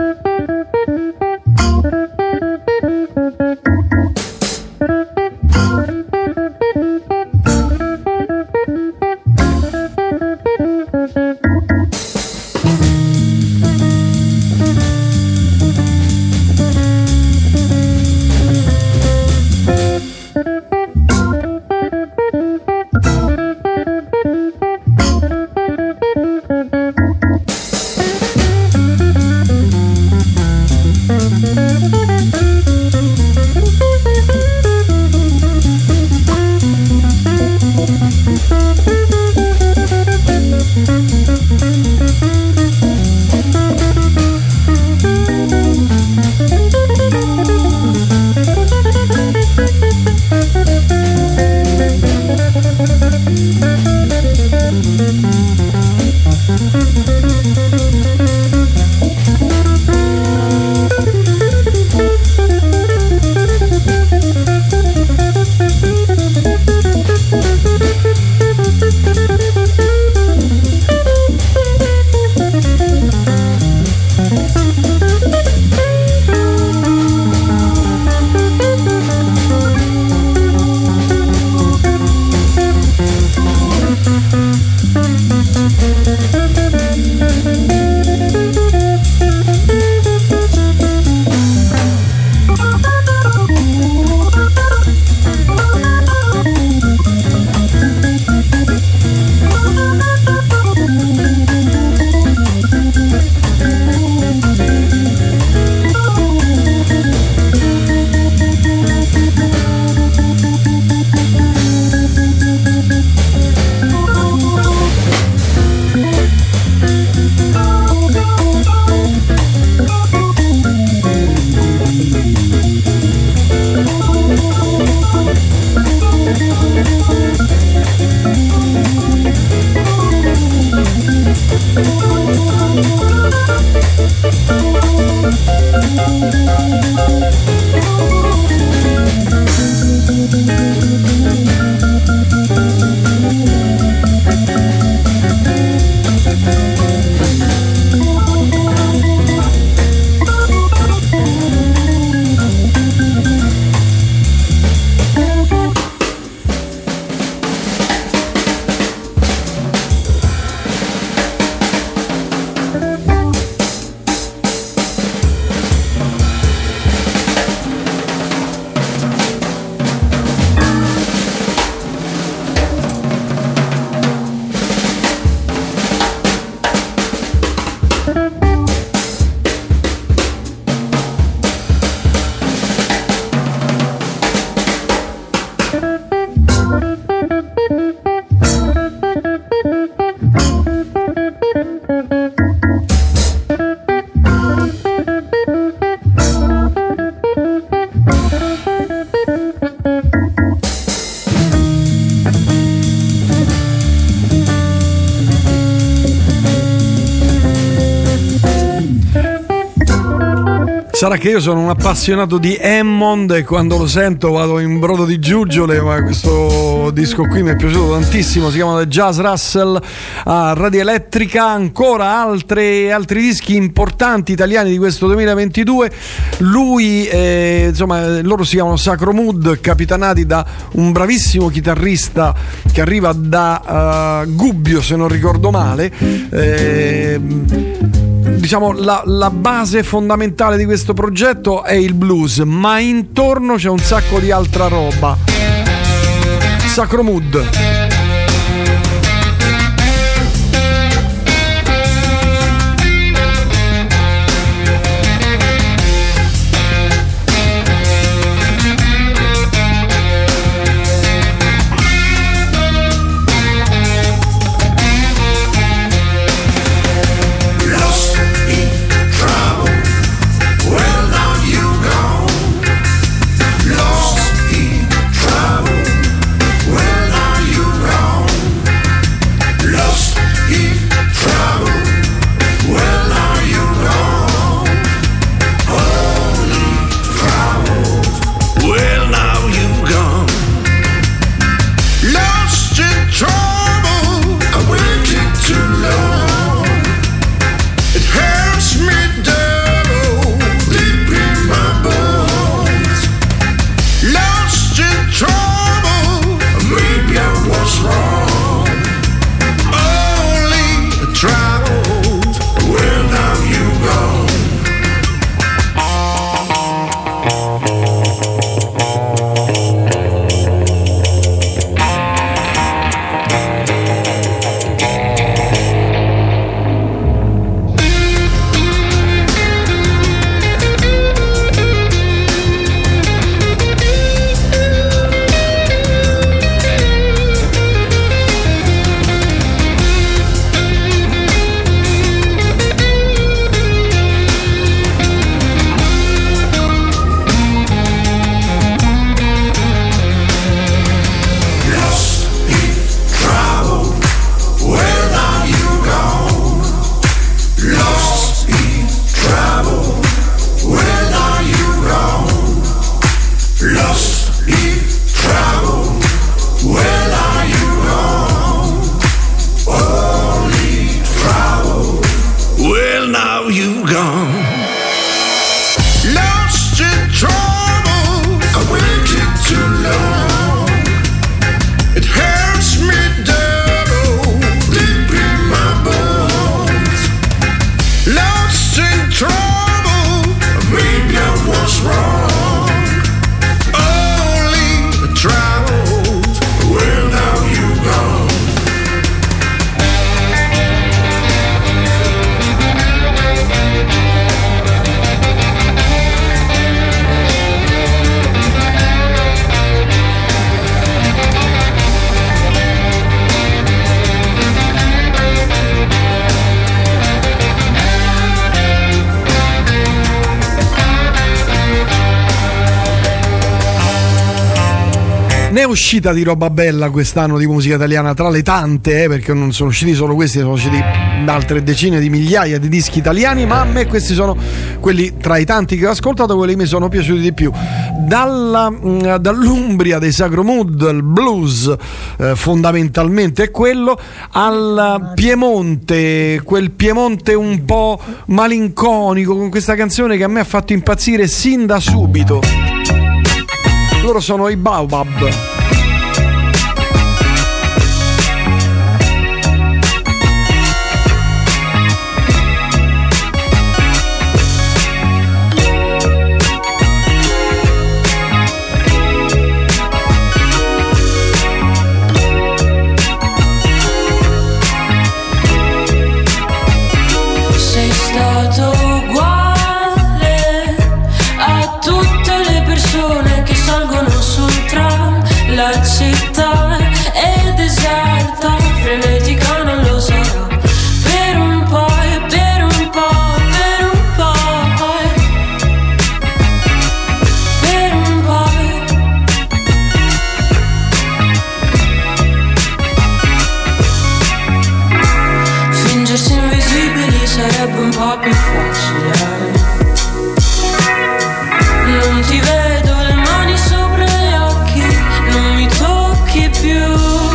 Sarà che io sono un appassionato di Hammond e quando lo sento vado in brodo di giuggiole, ma questo disco qui mi è piaciuto tantissimo, si chiama The Jazz Russell a Radio Elettrica. Ancora altre, altri dischi importanti italiani di questo duemilaventidue. Lui, eh, insomma, loro si chiamano Sacro Mood, capitanati da un bravissimo chitarrista che arriva da uh, Gubbio, se non ricordo male. Eh, diciamo la, la base fondamentale di questo progetto è il blues, ma intorno c'è un sacco di altra roba. Sacro Mood. Ne è uscita di roba bella quest'anno di musica italiana, tra le tante, eh, perché non sono usciti solo questi, sono usciti altre decine di migliaia di dischi italiani, ma a me questi sono quelli tra i tanti che ho ascoltato, quelli che mi sono piaciuti di più. Dalla, mh, dall'Umbria dei Sacro Mood, il blues eh, fondamentalmente è quello, al Piemonte, quel Piemonte un po' malinconico, con questa canzone che a me ha fatto impazzire sin da subito. Loro sono i Baobab. Sei stato uguale a tutte le persone che salgono sul tram, la città è deserta, frenetica non lo sarà. Per un po', e per un po', per un po', per un po'. Fingersi invisibili sarebbe un po' più facile. Non ti vedo le mani sopra gli occhi, non mi tocchi più.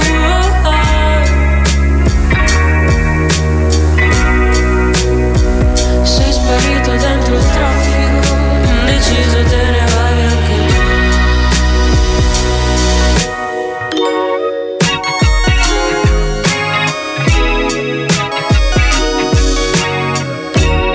Sei sparito dentro il traffico, indeciso te ne vai anche tu.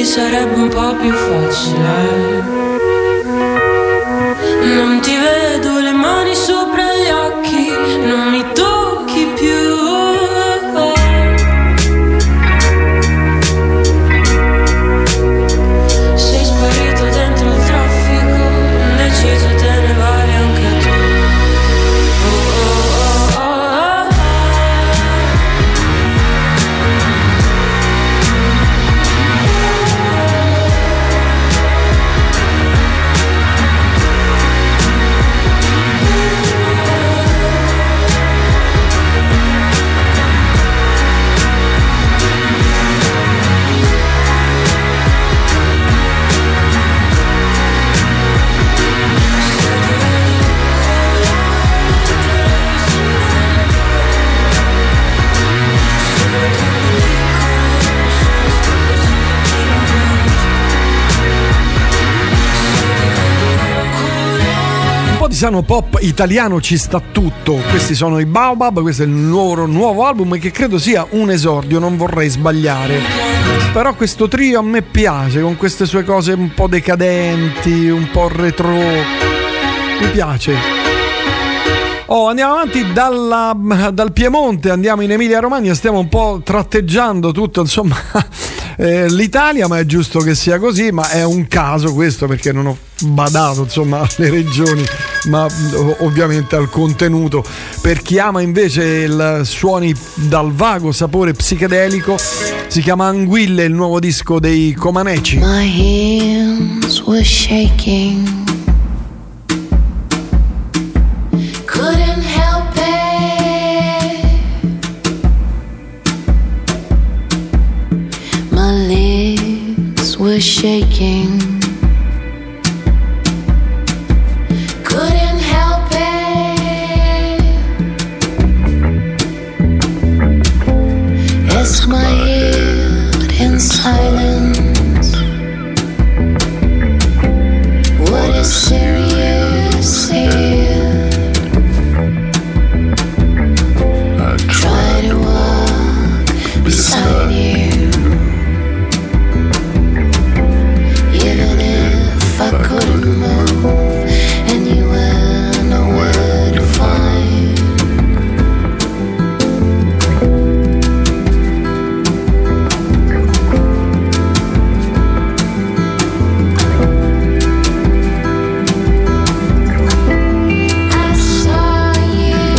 sarebbe un po' più facile. Non ti vedo le mani sopra gli occhi, non mi tocchi più. Sei sparito dentro il traffico, deciso te ne vai anche tu. Oh, oh, oh, oh, oh. Sano pop italiano ci sta tutto. Questi sono i Baobab, questo è il loro nuovo album che credo sia un esordio, non vorrei sbagliare. Però questo trio a me piace, con queste sue cose un po' decadenti, un po' retro. Mi piace. Oh, andiamo avanti dalla, dal Piemonte, andiamo in Emilia Romagna, stiamo un po' tratteggiando tutto, insomma, eh, l'Italia, ma è giusto che sia così, ma è un caso questo perché non ho badato, insomma, alle regioni, ma ovviamente al contenuto. Per chi ama invece il suoni dal vago sapore psichedelico, si chiama Anguille, il nuovo disco dei Comaneci. My hands were shaking, couldn't help it. My legs were shaking, couldn't help it. As my head in silence, what is serious here? I try to walk beside you, even if I couldn't move and you were nowhere to find. I saw you,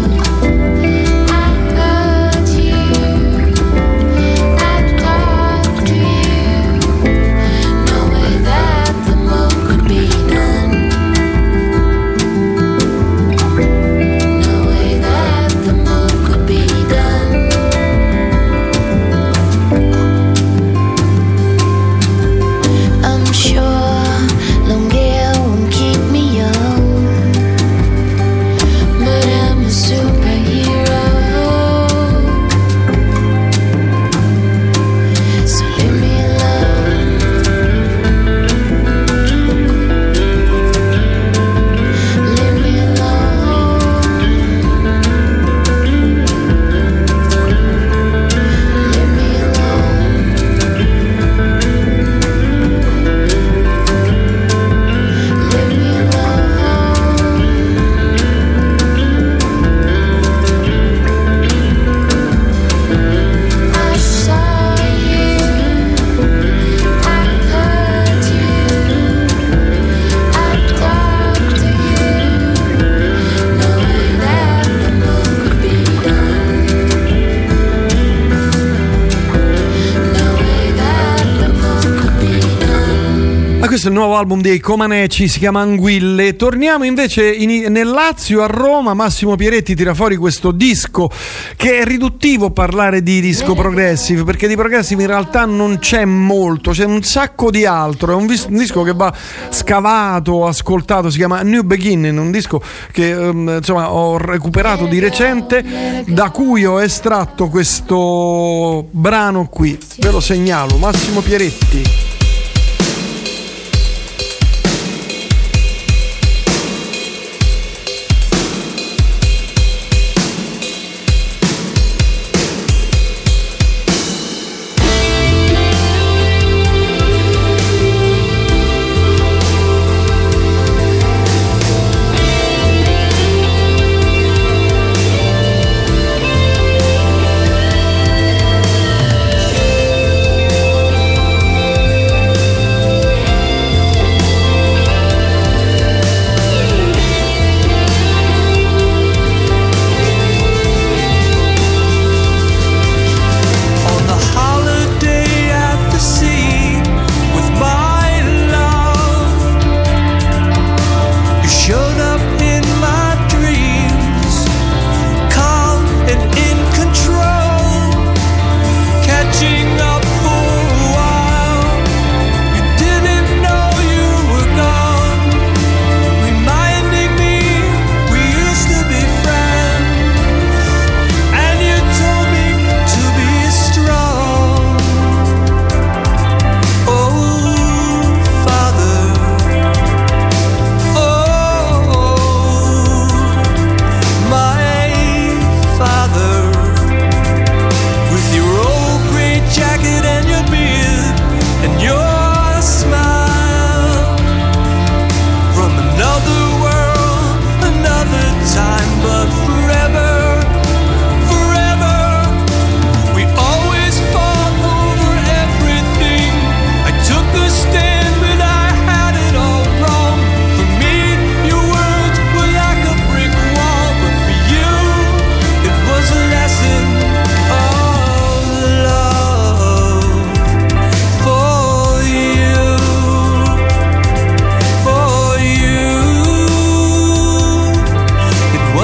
I heard you, I talked to you, knowing that the more could be done, knowing that the more could be done. I'm sure long hair won't keep me young, but I'm a superhero, so leave me alone. Leave me alone. Leave me alone. Leave me alone. I saw you, I heard you, I talked to you, knowing that the more could be done, knowing that the more could be done. Ah, questo è il nuovo album dei Comaneci, si chiama Anguille. Torniamo invece in, nel Lazio, a Roma. Massimo Pieretti tira fuori questo disco, che è riduttivo parlare di disco progressive, perché di progressive in realtà non c'è molto, c'è un sacco di altro. È un, vis- un disco che va scavato, ascoltato, si chiama New Beginning, un disco che ehm, insomma ho recuperato di recente, da cui ho estratto questo brano qui, ve lo segnalo, Massimo Pieretti.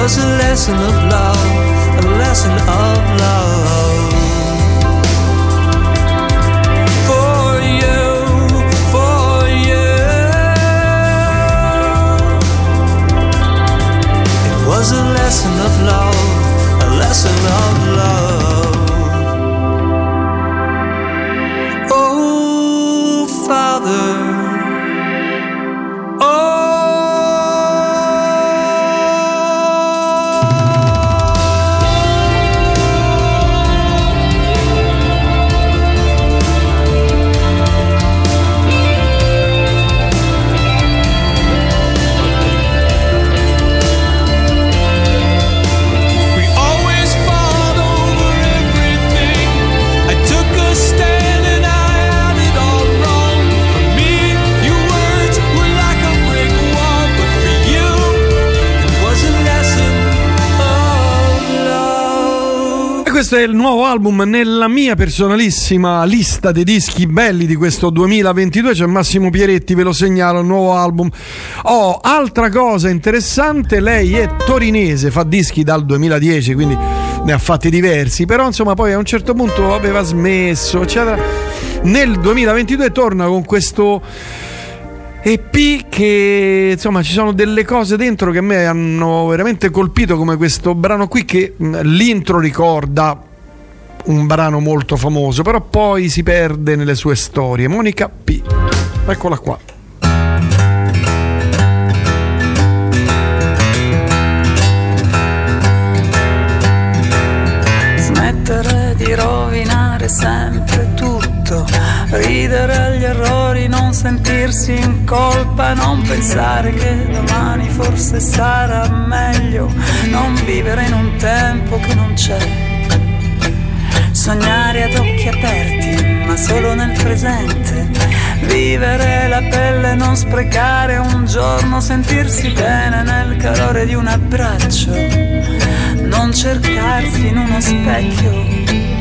was a lesson of love, a lesson of love. For you, for you. It was a lesson of love, a lesson of love. Oh, Father. Questo è il nuovo album nella mia personalissima lista dei dischi belli di questo duemilaventidue. C'è Massimo Pieretti, ve lo segnalo, il nuovo album. Oh, altra cosa interessante, lei è torinese, fa dischi dal duemiladieci, quindi ne ha fatti diversi, però insomma poi a un certo punto aveva smesso, eccetera. Nel duemilaventidue torna con questo E P che insomma ci sono delle cose dentro che a me hanno veramente colpito, come questo brano qui che l'intro ricorda un brano molto famoso, però poi si perde nelle sue storie. Monica P, eccola qua. Smettere di rovinare sempre tutto, ridere agli errori, non sentirsi in colpa, non pensare che domani forse sarà meglio, non vivere in un tempo che non c'è, sognare ad occhi aperti ma solo nel presente, vivere la pelle, non sprecare un giorno, sentirsi bene nel calore di un abbraccio, non cercarsi in uno specchio.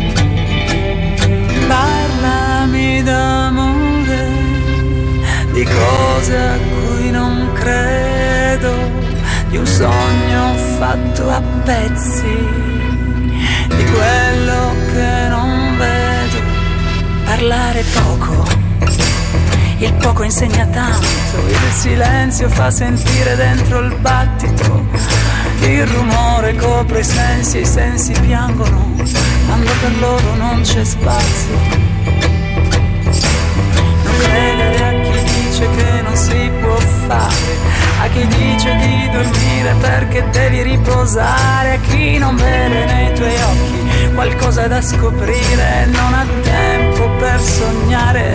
Parlami d'amore, di cose a cui non credo, di un sogno fatto a pezzi, di quello che non vedo. Parlare poco, il poco insegna tanto, il silenzio fa sentire dentro il battito, il rumore copre i sensi e i sensi piangono quando per loro non c'è spazio. Non credere a chi dice che non si può fare, a chi dice di dormire perché devi riposare, a chi non vede nei tuoi occhi qualcosa da scoprire e non ha tempo per sognare.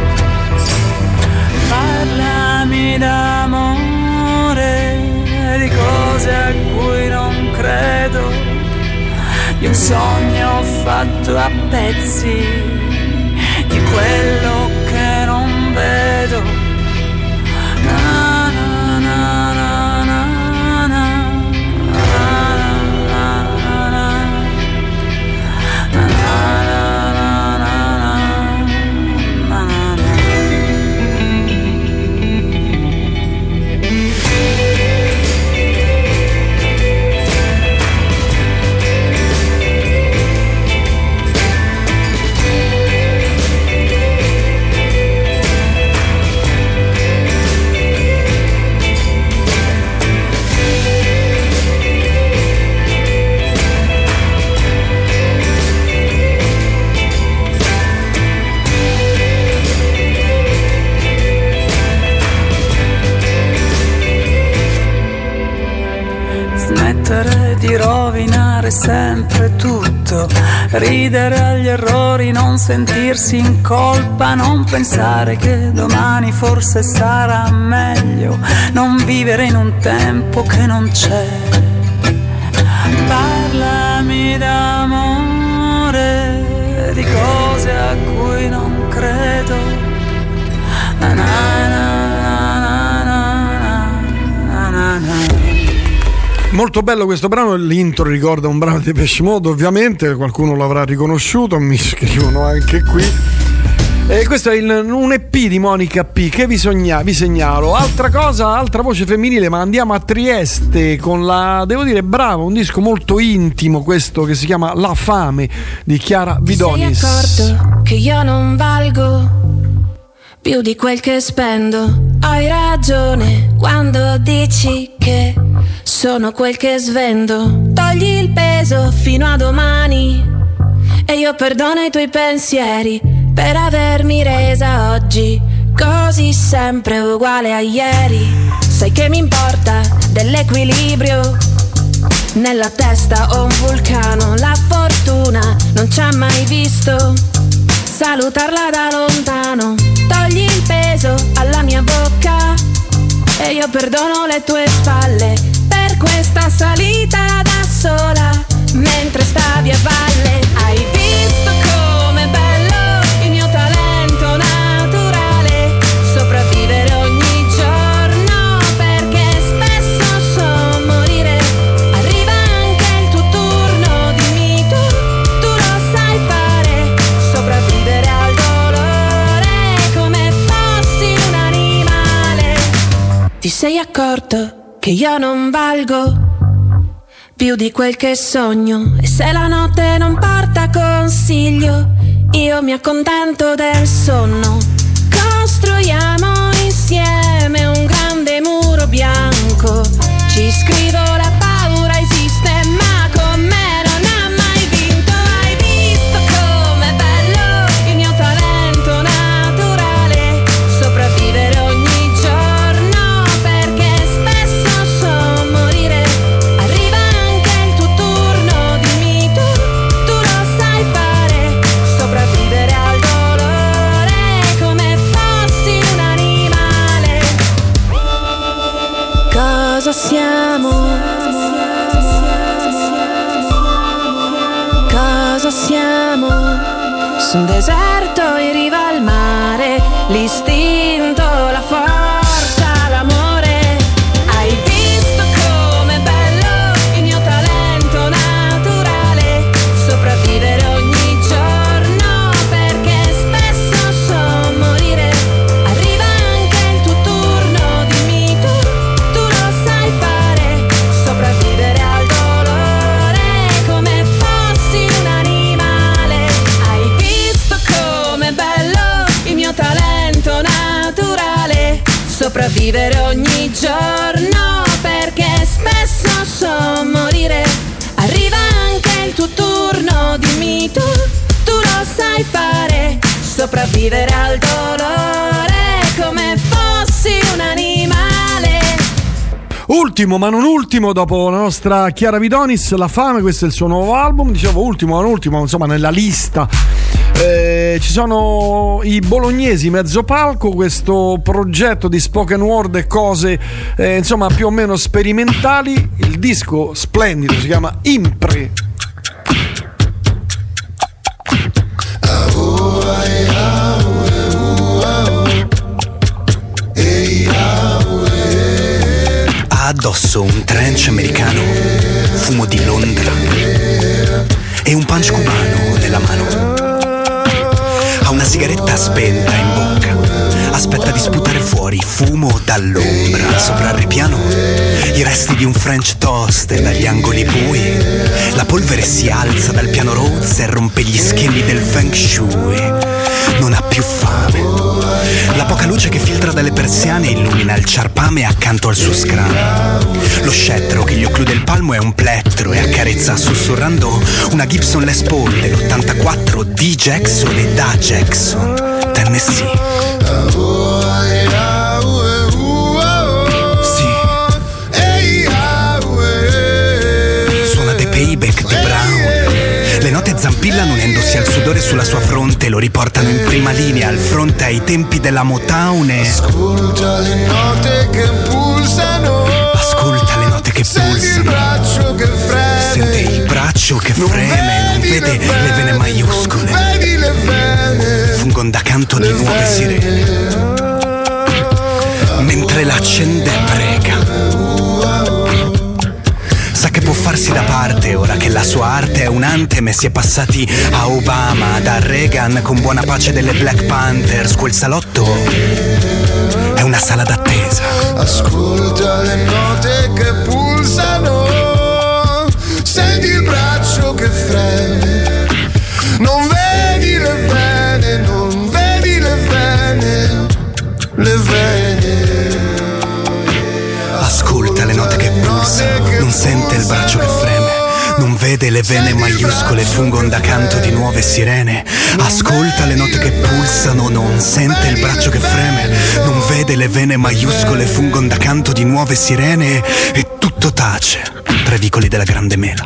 Parlami d'amore, di cose a cui non credo, di un sogno fatto a pezzi, di quello che non vedo. Na, na, na, na, na, na, di rovinare sempre tutto, ridere agli errori, non sentirsi in colpa, non pensare che domani forse sarà meglio, non vivere in un tempo che non c'è. Parlami d'amore, di cose a cui non credo. Na na na na na na na na. Molto bello questo brano, l'intro ricorda un brano di Depeche Mode, ovviamente qualcuno l'avrà riconosciuto, mi scrivono anche qui. E questo è il, un E P di Monica P che vi, sogna, vi segnalo. Altra cosa, altra voce femminile, ma andiamo a Trieste con la, devo dire, bravo, un disco molto intimo questo che si chiama La Fame di Chiara Vidonis. Ti sei accorto che io non valgo più di quel che spendo? Hai ragione quando dici che sono quel che svendo. Togli il peso fino a domani e io perdono i tuoi pensieri per avermi resa oggi così sempre uguale a ieri. Sai che mi importa dell'equilibrio? Nella testa ho un vulcano, la fortuna non ci ha mai visto salutarla da lontano. Togli il peso alla mia bocca e io perdono le tue spalle per questa salita da sola mentre stavi a valle. Hai visto com'è bello il mio talento naturale, sopravvivere ogni giorno perché spesso so morire. Arriva anche il tuo turno, dimmi tu, tu lo sai fare, sopravvivere al dolore come fossi un animale. Ti sei accorto che io non valgo più di quel che sogno, e se la notte non porta consiglio io mi accontento del sonno. Costruiamo insieme un grande muro bianco, ci scrivo la paura esiste ma con me non ha mai vinto. Hai visto com'è bello il mio talento naturale, sopravvivere ogni giorno perché spesso so morire. Arriva anche il tuo turno, dimmi tu, tu lo sai fare, sopravvivere al dolore come fossi un animale. Cosa siamo? Cosa siamo? Su un deserto in riva al mare, l'istinto, la forza, l'amore. Hai visto com'è bello il mio talento naturale, sopravvivere ogni giorno perché spesso so morire. Arriva anche il tuo turno, dimmi tu, tu lo sai fare, sopravvivere al dolore come fossi un animale. Hai visto com'è bello il mio talento naturale, sopravvivere ogni giorno perché spesso so morire. Arriva anche il tuo turno, dimmi tu, tu lo sai fare, sopravvivere al dolore come fossi un animale. Ultimo ma non ultimo, dopo la nostra Chiara Vidonis, La Fame, questo è il suo nuovo album. Dicevo ultimo ma non ultimo, insomma nella lista eh, ci sono i bolognesi Mezzo Palco, questo progetto di spoken word e cose eh, insomma più o meno sperimentali. Il disco splendido si chiama Impre. Addosso un trench americano, fumo di Londra e un punch cubano nella mano. Ha una sigaretta spenta in bocca, aspetta di sputare fuori fumo dall'ombra. Sopra il ripiano i resti di un French toast e dagli angoli bui la polvere si alza dal piano Rhodes e rompe gli schemi del Feng Shui. Non ha più fame. La poca luce che filtra dalle persiane illumina il ciarpame accanto al suo scranno. Lo scettro che gli occlude il palmo è un plettro e accarezza sussurrando una Gibson Les Paul dell'ottantaquattro di Jackson e da Jackson, Tennessee. Suona The Payback di Brown. Le note zampillano unendosi al sudore sulla sua fronte, lo riportano in prima linea al fronte ai tempi della Motown e... Ascolta le note che pulsano. Ascolta le note che pulsano. Sente il braccio che freme. Sente il braccio che freme. Non vede le vene maiuscole. Vedi le vene. Fungono da canto di nuove sirene. Mentre l'accende prega. Sa che può fare farsi da parte ora che la sua arte è un anthem e si è passati a Obama, da Reagan con buona pace delle Black Panthers. Quel salotto è una sala d'attesa. Ascolta le note che pulsano, senti il braccio che freme, non vedi le vene, non vedi le vene, le vene. Ascolta le note che pulsano, non sente il braccio che freme, non vede le vene maiuscole fungono da canto di nuove sirene. Ascolta le note che pulsano, non sente il braccio che freme, non vede le vene maiuscole fungono da canto di nuove sirene. E tutto tace tra i vicoli della grande mela.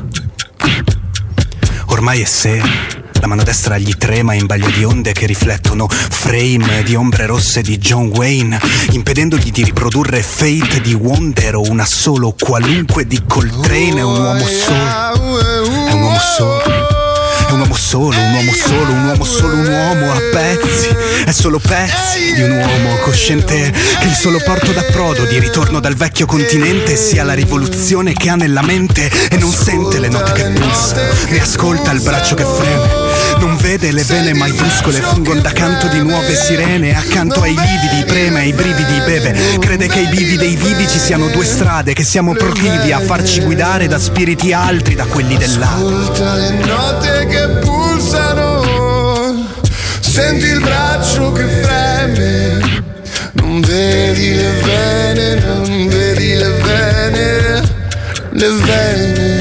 Ormai è sera, la mano destra gli trema in balia di onde che riflettono frame di ombre rosse di John Wayne, impedendogli di riprodurre Fate di Wonder o una solo qualunque di Coltrane. È un uomo solo, è un uomo solo, è un uomo solo, un uomo solo, un uomo solo, un uomo a pezzi. È solo pezzi di un uomo cosciente che il solo porto d'approdo di ritorno dal vecchio continente sia la rivoluzione che ha nella mente. E non sente le note che pulsano, ne ascolta il braccio che freme, non vede le vene maiuscole fungono da canto di nuove sirene. Accanto ai lividi preme, ai brividi beve, crede che ai bivi dei vivi ci siano due strade, che siamo proclivi a farci guidare da spiriti altri da quelli dell'altro. Ascolta le note che pulsano, senti il braccio che freme, non vedi le vene, non vedi le vene, le vene.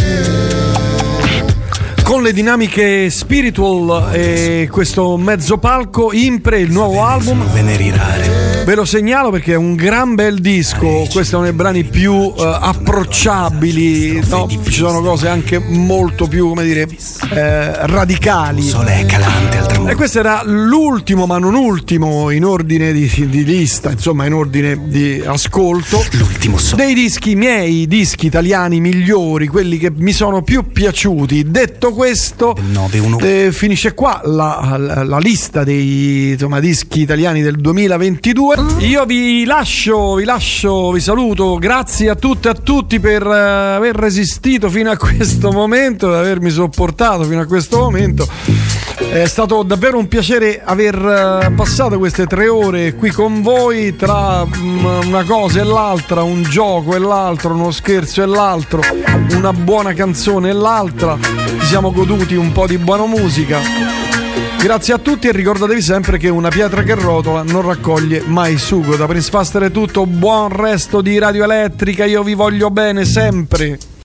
Con le dinamiche spiritual e questo mezzo palco, Impre, il nuovo album. Ve lo segnalo perché è un gran bel disco. Questo è uno dei brani più uh, approcciabili, no? Ci sono cose anche molto più, come dire, eh, radicali. Sole è calante al tramonto. E questo era l'ultimo, ma non ultimo in ordine di, di lista, insomma in ordine di ascolto, l'ultimo so. dei dischi miei, dischi italiani migliori, quelli che mi sono più piaciuti. Detto questo, eh, finisce qua la, la, la lista dei, insomma, dischi italiani del duemilaventidue. Io vi lascio, vi lascio, vi saluto. Grazie a tutte e a tutti per uh, aver resistito fino a questo momento, per avermi sopportato fino a questo momento. È stato davvero un piacere aver uh, passato queste tre ore qui con voi, tra um, una cosa e l'altra, un gioco e l'altro, uno scherzo e l'altro, una buona canzone e l'altra. Ci siamo goduti un po' di buona musica. Grazie a tutti e ricordatevi sempre che una pietra che rotola non raccoglie mai sugo. Da Prince Faster è tutto, buon resto di Radio Elettrica, io vi voglio bene sempre.